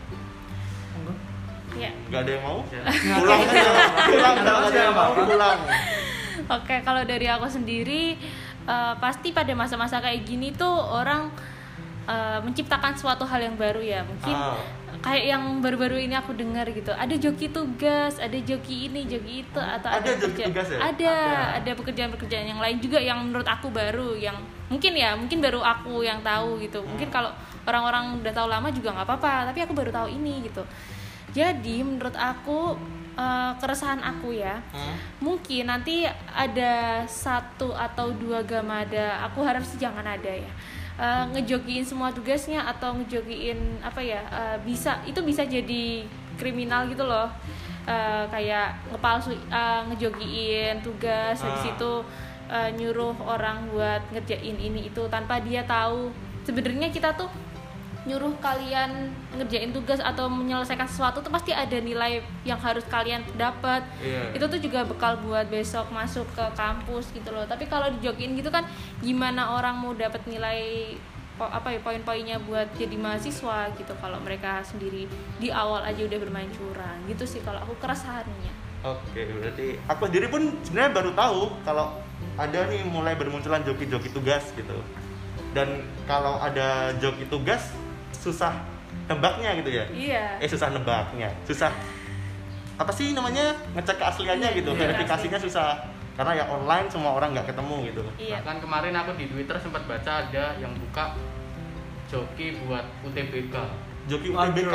Iya. Nggak ada yang mau? Ya. Pulang aja. Pulang, Nggak nggak ada yang mau, pulang. Oke, kalau dari aku sendiri pasti pada masa-masa kayak gini tuh orang menciptakan suatu hal yang baru ya. Mungkin kayak yang baru-baru ini aku dengar gitu. Ada joki tugas, ada joki ini, joki itu, atau Ada joki tugas ya? Ada pekerjaan-pekerjaan yang lain juga yang menurut aku baru, yang mungkin baru aku yang tahu gitu. Mungkin kalau orang-orang udah tahu lama juga nggak apa-apa, tapi aku baru tahu ini gitu. Jadi menurut aku keresahan aku ya, mungkin nanti ada 1 atau 2 Gamada, aku harap sih jangan ada ya, ngejokiin semua tugasnya atau ngejokiin bisa jadi kriminal gitu loh. Kayak ngejokiin tugas, habis itu nyuruh orang buat ngerjain ini itu tanpa dia tahu sebenarnya kita tuh nyuruh kalian ngerjain tugas atau menyelesaikan sesuatu tuh pasti ada nilai yang harus kalian dapat. Itu tuh juga bekal buat besok masuk ke kampus gitu loh. Tapi kalau dijokiin gitu kan gimana orang mau dapat nilai poin-poinnya buat jadi mahasiswa gitu kalau mereka sendiri di awal aja udah bermain curang gitu sih kalau aku keresahannya. Oke, berarti aku sendiri pun sebenarnya baru tahu kalau ada nih mulai bermunculan joki-joki tugas gitu. Dan kalau ada joki tugas susah nebaknya gitu ya. Iya. Susah nebaknya. Susah apa sih namanya? Ngecek keasliannya gitu. Verifikasinya susah. Karena ya online semua orang nggak ketemu gitu. Iya. Bahkan kemarin aku di Twitter sempat baca ada yang buka joki buat UTBK. Joki UTBK.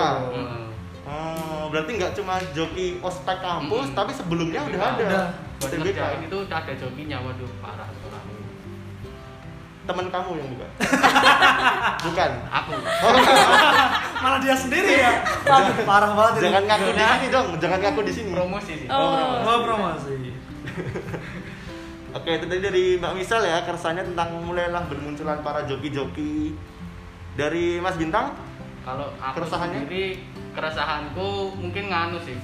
Oh, berarti nggak cuma joki ospek kampus, tapi sebelumnya udah ada. Buat UTBK. ngerjain itu udah ada jokinya, waduh parah orang. Temen kamu yang buka? Bukan. Aku. Malah dia sendiri ya. Aduh, parah banget ini. Jangan ngaku di sini dong, jangan ngaku di sini. Promosi sih. Oh, promosi. Oke, itu tadi dari Mbak Misal ya, keresahannya tentang mulailah bermunculan para joki-joki. Dari Mas Bintang? Kalau aku Keresahannya? sendiri, keresahanku mungkin nganu sih.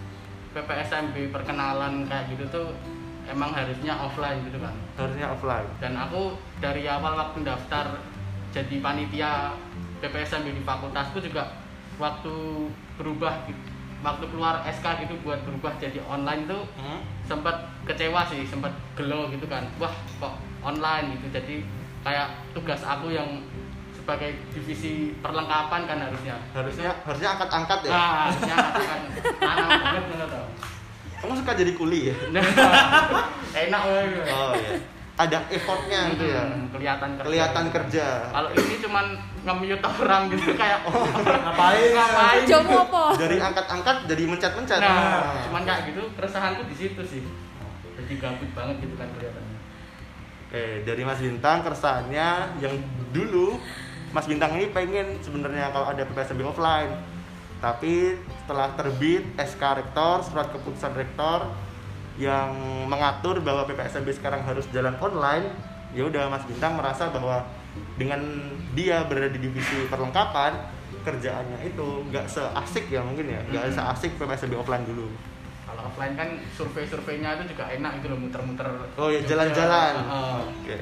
PPSMB perkenalan kayak gitu tuh emang harusnya offline gitu kan. Harusnya offline. Dan aku dari awal waktu daftar jadi panitia PPSMB di fakultasku juga waktu berubah waktu keluar SK gitu buat berubah jadi online tuh sempat kecewa sih, sempat gelo gitu kan. Wah, kok online gitu. Jadi kayak tugas aku yang sebagai divisi perlengkapan kan harusnya angkat-angkat ya. harusnya aku kan anang banget gitu. Kamu suka jadi kuli ya? Enak woy. Oh iya. ada effortnya gitu ya. Kelihatan kerja. Kalau ini cuman nge-mute orang gitu kayak Ngapain? Jamu apa? Dari angkat-angkat jadi mencet-mencet. Nah, cuman kayak gitu keresahanku di situ sih. Jadi gabut banget gitu kan kelihatannya. Oke, dari Mas Bintang keresahannya yang dulu Mas Bintang ini pengen sebenarnya kalau ada PPSMB offline. Tapi setelah terbit SK Rektor, surat keputusan Rektor yang mengatur bahwa PPSMB sekarang harus jalan online, ya udah Mas Bintang merasa bahwa dengan dia berada di divisi perlengkapan, kerjaannya itu nggak seasik ya mungkin ya, nggak seasik PPSMB offline dulu. Kalau offline kan survei-surveinya itu juga enak gitu loh, muter-muter. Oh ya, Jogja. jalan-jalan. Heeh. Oke.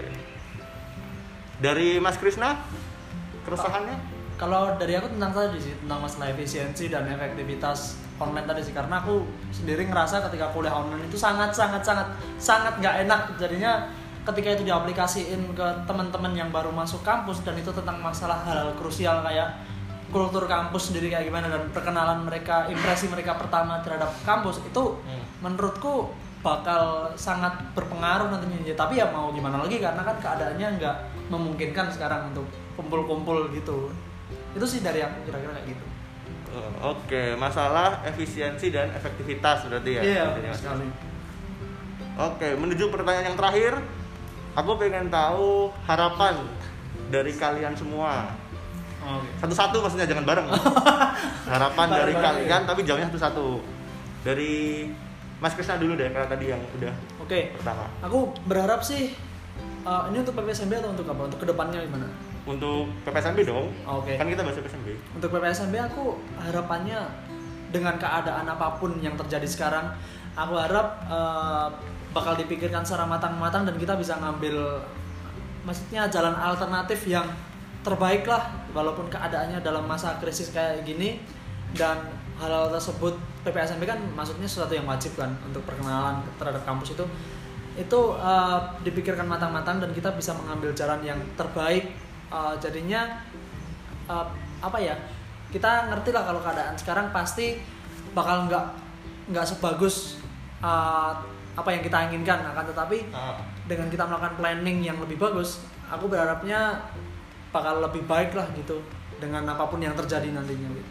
Dari Mas Krisna, keresahannya? Kalau dari aku tentang tadi sih, tentang masalah efisiensi dan efektivitas online tadi sih, karena aku sendiri ngerasa ketika kuliah online itu sangat nggak enak. Jadinya ketika itu diaplikasiin ke teman-teman yang baru masuk kampus dan itu tentang masalah hal-hal krusial kayak kultur kampus sendiri kayak gimana dan perkenalan mereka, impresi mereka pertama terhadap kampus itu menurutku bakal sangat berpengaruh nantinya. Ya, tapi ya mau gimana lagi karena kan keadaannya nggak memungkinkan sekarang untuk kumpul-kumpul gitu. Itu sih dari aku kira-kira kayak gitu. Oke, masalah efisiensi dan efektivitas berarti ya. Iya, Berarti, Mas. sekali. Oke, menuju pertanyaan yang terakhir, aku pengen tahu harapan dari kalian semua. Oke. Satu-satu maksudnya, jangan bareng. Harapan dari kalian tapi jawabnya satu-satu. Dari Mas Krisna dulu deh, karena tadi yang udah Oke. pertama. Aku berharap sih ini untuk PPSMB atau untuk apa? Untuk kedepannya gimana? Untuk PPSMB dong. Oke. Kan kita bahas PPSMB. Untuk PPSMB aku harapannya dengan keadaan apapun yang terjadi sekarang, aku harap bakal dipikirkan secara matang-matang dan kita bisa ngambil maksudnya jalan alternatif yang terbaik lah walaupun keadaannya dalam masa krisis kayak gini. Dan hal-hal tersebut PPSMB kan maksudnya sesuatu yang wajib kan untuk perkenalan terhadap kampus itu dipikirkan matang-matang dan kita bisa mengambil jalan yang terbaik. Jadinya apa ya, kita ngerti lah kalau keadaan sekarang pasti bakal nggak sebagus apa yang kita inginkan, akan tetapi dengan kita melakukan planning yang lebih bagus, aku berharapnya bakal lebih baik lah gitu dengan apapun yang terjadi nantinya gitu.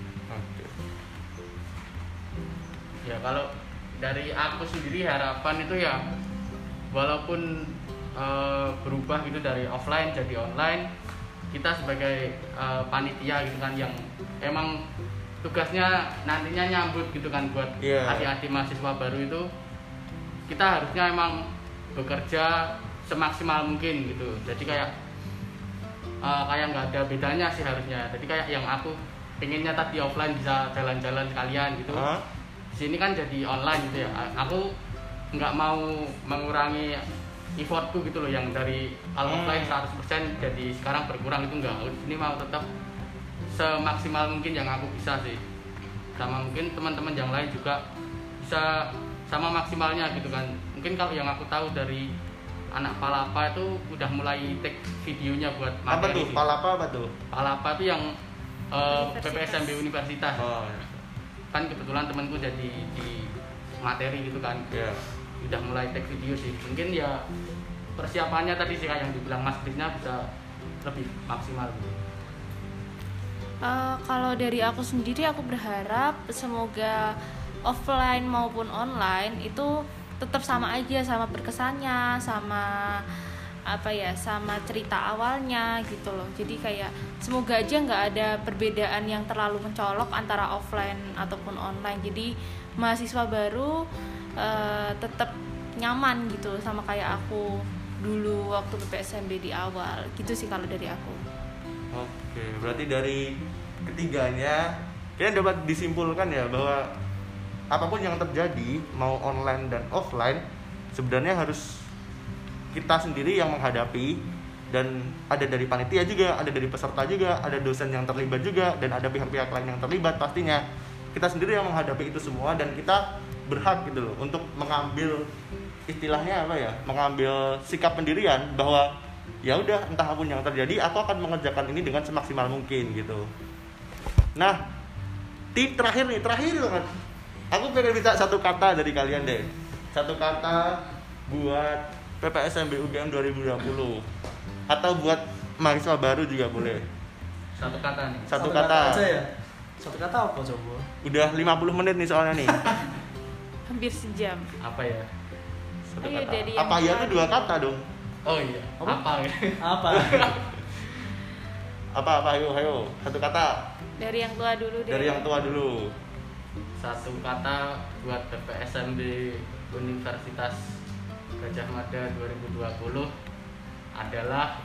Ya kalau dari aku sendiri harapan itu ya walaupun berubah gitu dari offline jadi online, kita sebagai panitia gitu kan yang emang tugasnya nantinya nyambut gitu kan buat adik-adik mahasiswa baru itu, kita harusnya emang bekerja semaksimal mungkin gitu. Jadi kayak nggak ada bedanya sih harusnya. Jadi kayak yang aku pengennya tadi offline bisa jalan-jalan sekalian gitu. Di sini kan jadi online gitu ya. Aku nggak mau mengurangi effortku gitu loh yang dari offline 100% jadi sekarang berkurang, itu enggak. Ini mau tetap semaksimal mungkin yang aku bisa sih. Sama mungkin teman-teman yang lain juga bisa sama maksimalnya gitu kan. Mungkin kalau yang aku tahu dari anak Palapa itu udah mulai take videonya buat materi. Apa tuh? Palapa apa tuh? Palapa itu yang PPSMB Universitas. Oh. Kan kebetulan temanku jadi di materi gitu kan. Iya. Udah mulai take video sih. Mungkin ya persiapannya tadi sih kayak yang dibilang Mas Krisna bisa lebih maksimal gitu. Kalau dari aku sendiri, aku berharap semoga offline maupun online itu tetap sama aja, sama berkesannya, sama apa ya, sama cerita awalnya gitu loh. Jadi kayak semoga aja nggak ada perbedaan yang terlalu mencolok antara offline ataupun online. Jadi mahasiswa baru tetap nyaman gitu sama kayak aku dulu waktu PPSMB di awal gitu sih kalau dari aku. Oke, berarti dari ketiganya kalian dapat disimpulkan ya bahwa apapun yang terjadi mau online dan offline sebenarnya harus kita sendiri yang menghadapi, dan ada dari panitia juga, ada dari peserta juga, ada dosen yang terlibat juga, dan ada pihak-pihak lain yang terlibat. Pastinya kita sendiri yang menghadapi itu semua dan kita berhak gitu loh untuk mengambil istilahnya apa ya, mengambil sikap pendirian bahwa ya udah entah apapun yang terjadi aku akan mengerjakan ini dengan semaksimal mungkin gitu. Nah, tip terakhir banget. Aku pengen minta satu kata dari kalian deh. Satu kata buat PPSMB UGM 2020 atau buat mahasiswa baru juga boleh. Satu kata nih. Satu kata aja ya. Satu kata apa coba? Udah 50 menit nih soalnya nih. Hampir sejam. Apa ya? Satu Ayo, kata. dari yang Apa ya tua tuh 2 dulu. kata dong. Oh iya. Apa? Apa? Apa ayo satu kata Dari yang tua dulu deh. dari yang tua dulu. Satu kata buat PPSMB Universitas Gajah Mada 2020 adalah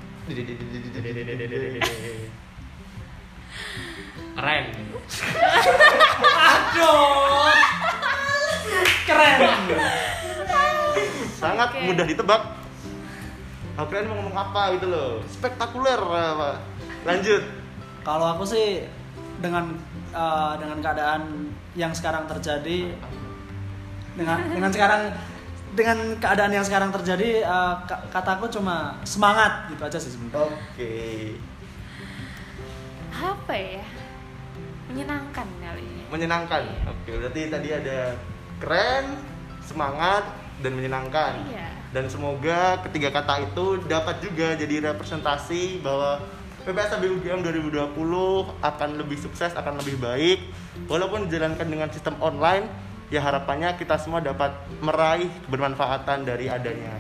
keren. Aduh. Keren. Sangat Oke. mudah ditebak. Aku kalian mau ngomong apa gitu loh. Spektakuler apa. Lanjut. Kalau aku sih dengan keadaan yang sekarang terjadi dengan keadaan yang sekarang terjadi kataku cuma semangat gitu aja sih sebenarnya. Oke. Apa ya? Menyenangkan kali ini. Menyenangkan. Oke, berarti tadi ada keren, semangat, dan menyenangkan. Iya. Dan semoga ketiga kata itu dapat juga jadi representasi bahwa PPSMB UGM 2020 akan lebih sukses, akan lebih baik. Walaupun dijalankan dengan sistem online, ya harapannya kita semua dapat meraih kebermanfaatan dari adanya.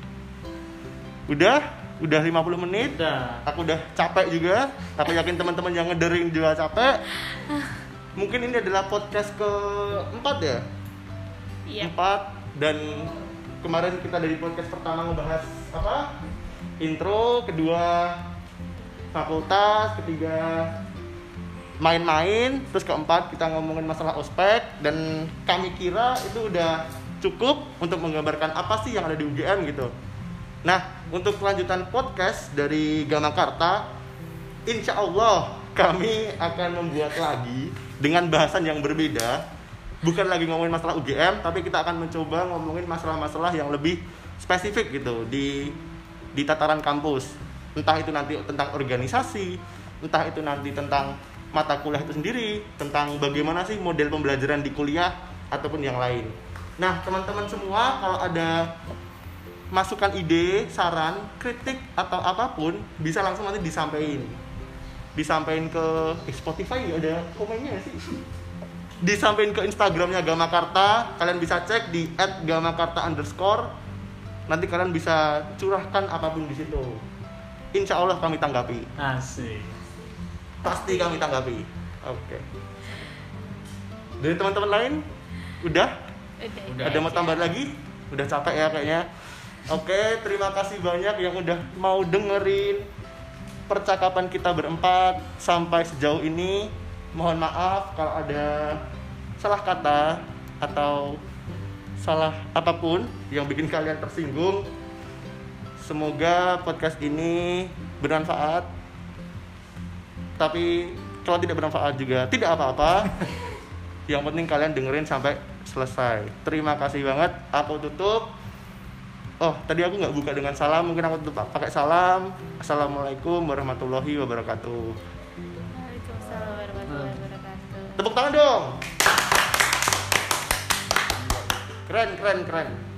Udah 50 menit. Udah. Aku udah capek juga. Aku yakin teman-teman yang ngedering juga capek. Mungkin ini adalah podcast keempat ya? Iya. 4. Dan kemarin kita dari podcast pertama ngebahas apa? Intro, kedua fakultas, ketiga main-main, terus keempat kita ngomongin masalah ospek. Dan kami kira itu udah cukup untuk menggambarkan apa sih yang ada di UGM gitu. Nah, untuk kelanjutan podcast dari Gamakarta, insya Allah kami akan membuat lagi dengan bahasan yang berbeda. Bukan lagi ngomongin masalah UGM, tapi kita akan mencoba ngomongin masalah-masalah yang lebih spesifik gitu di tataran kampus. Entah itu nanti tentang organisasi, entah itu nanti tentang mata kuliah itu sendiri, tentang bagaimana sih model pembelajaran di kuliah ataupun yang lain. Nah, teman-teman semua kalau ada masukan ide, saran, kritik atau apapun bisa langsung nanti disampaikan ke Spotify nggak ada komennya sih. Disampaikan ke Instagramnya Gamakarta, kalian bisa cek di @gamakarta_. Nanti kalian bisa curahkan apapun di situ. Insya Allah kami tanggapi. Asik. Pasti kami tanggapi. Oke. Dari teman-teman lain, udah? Udah Ada mau aja. tambah lagi? Udah capek ya kayaknya. Oke, terima kasih banyak yang udah mau dengerin percakapan kita berempat sampai sejauh ini. Mohon maaf kalau ada salah kata atau salah apapun yang bikin kalian tersinggung. Semoga podcast ini bermanfaat. Tapi kalau tidak bermanfaat juga tidak apa-apa. Yang penting kalian dengerin sampai selesai. Terima kasih banget. Aku tutup. Oh, tadi aku nggak buka dengan salam. Mungkin aku tutup pakai salam. Assalamualaikum warahmatullahi wabarakatuh. Waalaikumsalam warahmatullahi wabarakatuh. Tepuk tangan dong. Keren.